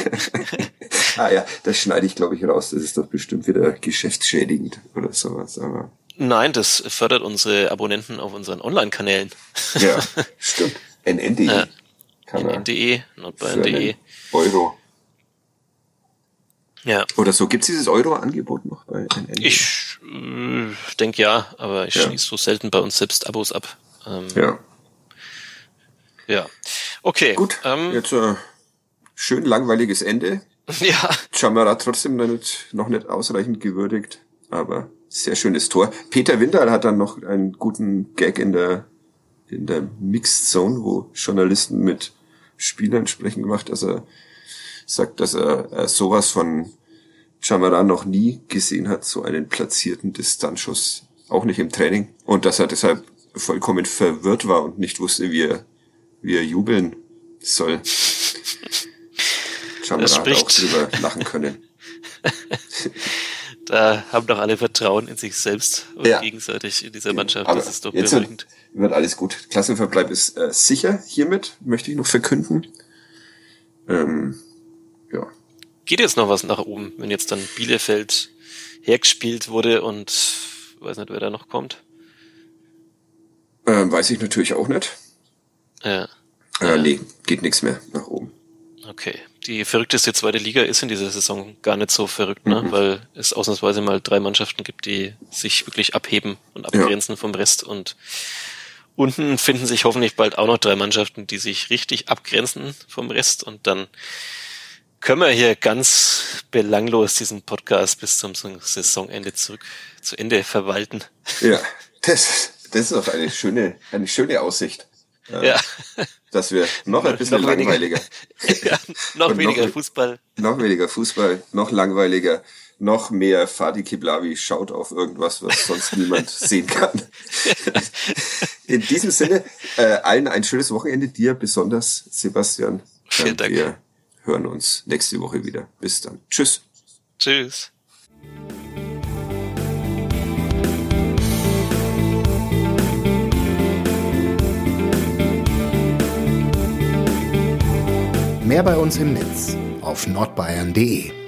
das schneide ich, glaube ich, raus. Das ist doch bestimmt wieder geschäftsschädigend oder sowas. Aber nein, das fördert unsere Abonnenten auf unseren Online-Kanälen. Ja, stimmt. NN.de. NN.de, nordbayern.de. Euro. Ja. Oder so. Gibt's dieses Euro-Angebot noch bei NN? Ich denke ja, aber ich schließe so selten bei uns selbst Abos ab. Ja. Okay. Gut, jetzt schön langweiliges Ende. Ja. Chamara trotzdem noch nicht ausreichend gewürdigt, aber sehr schönes Tor. Peter Windahl hat dann noch einen guten Gag in der Mixed Zone, wo Journalisten mit Spielern sprechen gemacht, dass er sagt, dass er sowas von Chamara noch nie gesehen hat, so einen platzierten Distanzschuss, auch nicht im Training, und dass er deshalb vollkommen verwirrt war und nicht wusste, wie er jubeln soll. Chamara hat auch drüber lachen können. Da haben doch alle Vertrauen in sich selbst und gegenseitig in dieser Mannschaft. Aber das ist doch jetzt beruhigend. Wird alles gut. Klassenverbleib ist sicher hiermit, möchte ich noch verkünden. Geht jetzt noch was nach oben, wenn jetzt dann Bielefeld hergespielt wurde und weiß nicht, wer da noch kommt? Weiß ich natürlich auch nicht. Ja. Nee, geht nichts mehr nach oben. Okay. Die verrückteste zweite Liga ist in dieser Saison gar nicht so verrückt, ne? Weil es ausnahmsweise mal 3 Mannschaften gibt, die sich wirklich abheben und abgrenzen vom Rest, und unten finden sich hoffentlich bald auch noch 3 Mannschaften, die sich richtig abgrenzen vom Rest, und dann können wir hier ganz belanglos diesen Podcast bis zum Saisonende zu Ende verwalten. Ja, das ist doch eine schöne Aussicht. Ja. Dass wir noch ein bisschen langweiliger. Noch weniger Fußball. Noch weniger Fußball, noch langweiliger, noch mehr Fadi Kiblavi schaut auf irgendwas, was sonst niemand sehen kann. In diesem Sinne, allen ein schönes Wochenende, dir besonders, Sebastian. Vielen Dank. Wir hören uns nächste Woche wieder. Bis dann. Tschüss. Tschüss. Mehr bei uns im Netz auf nordbayern.de.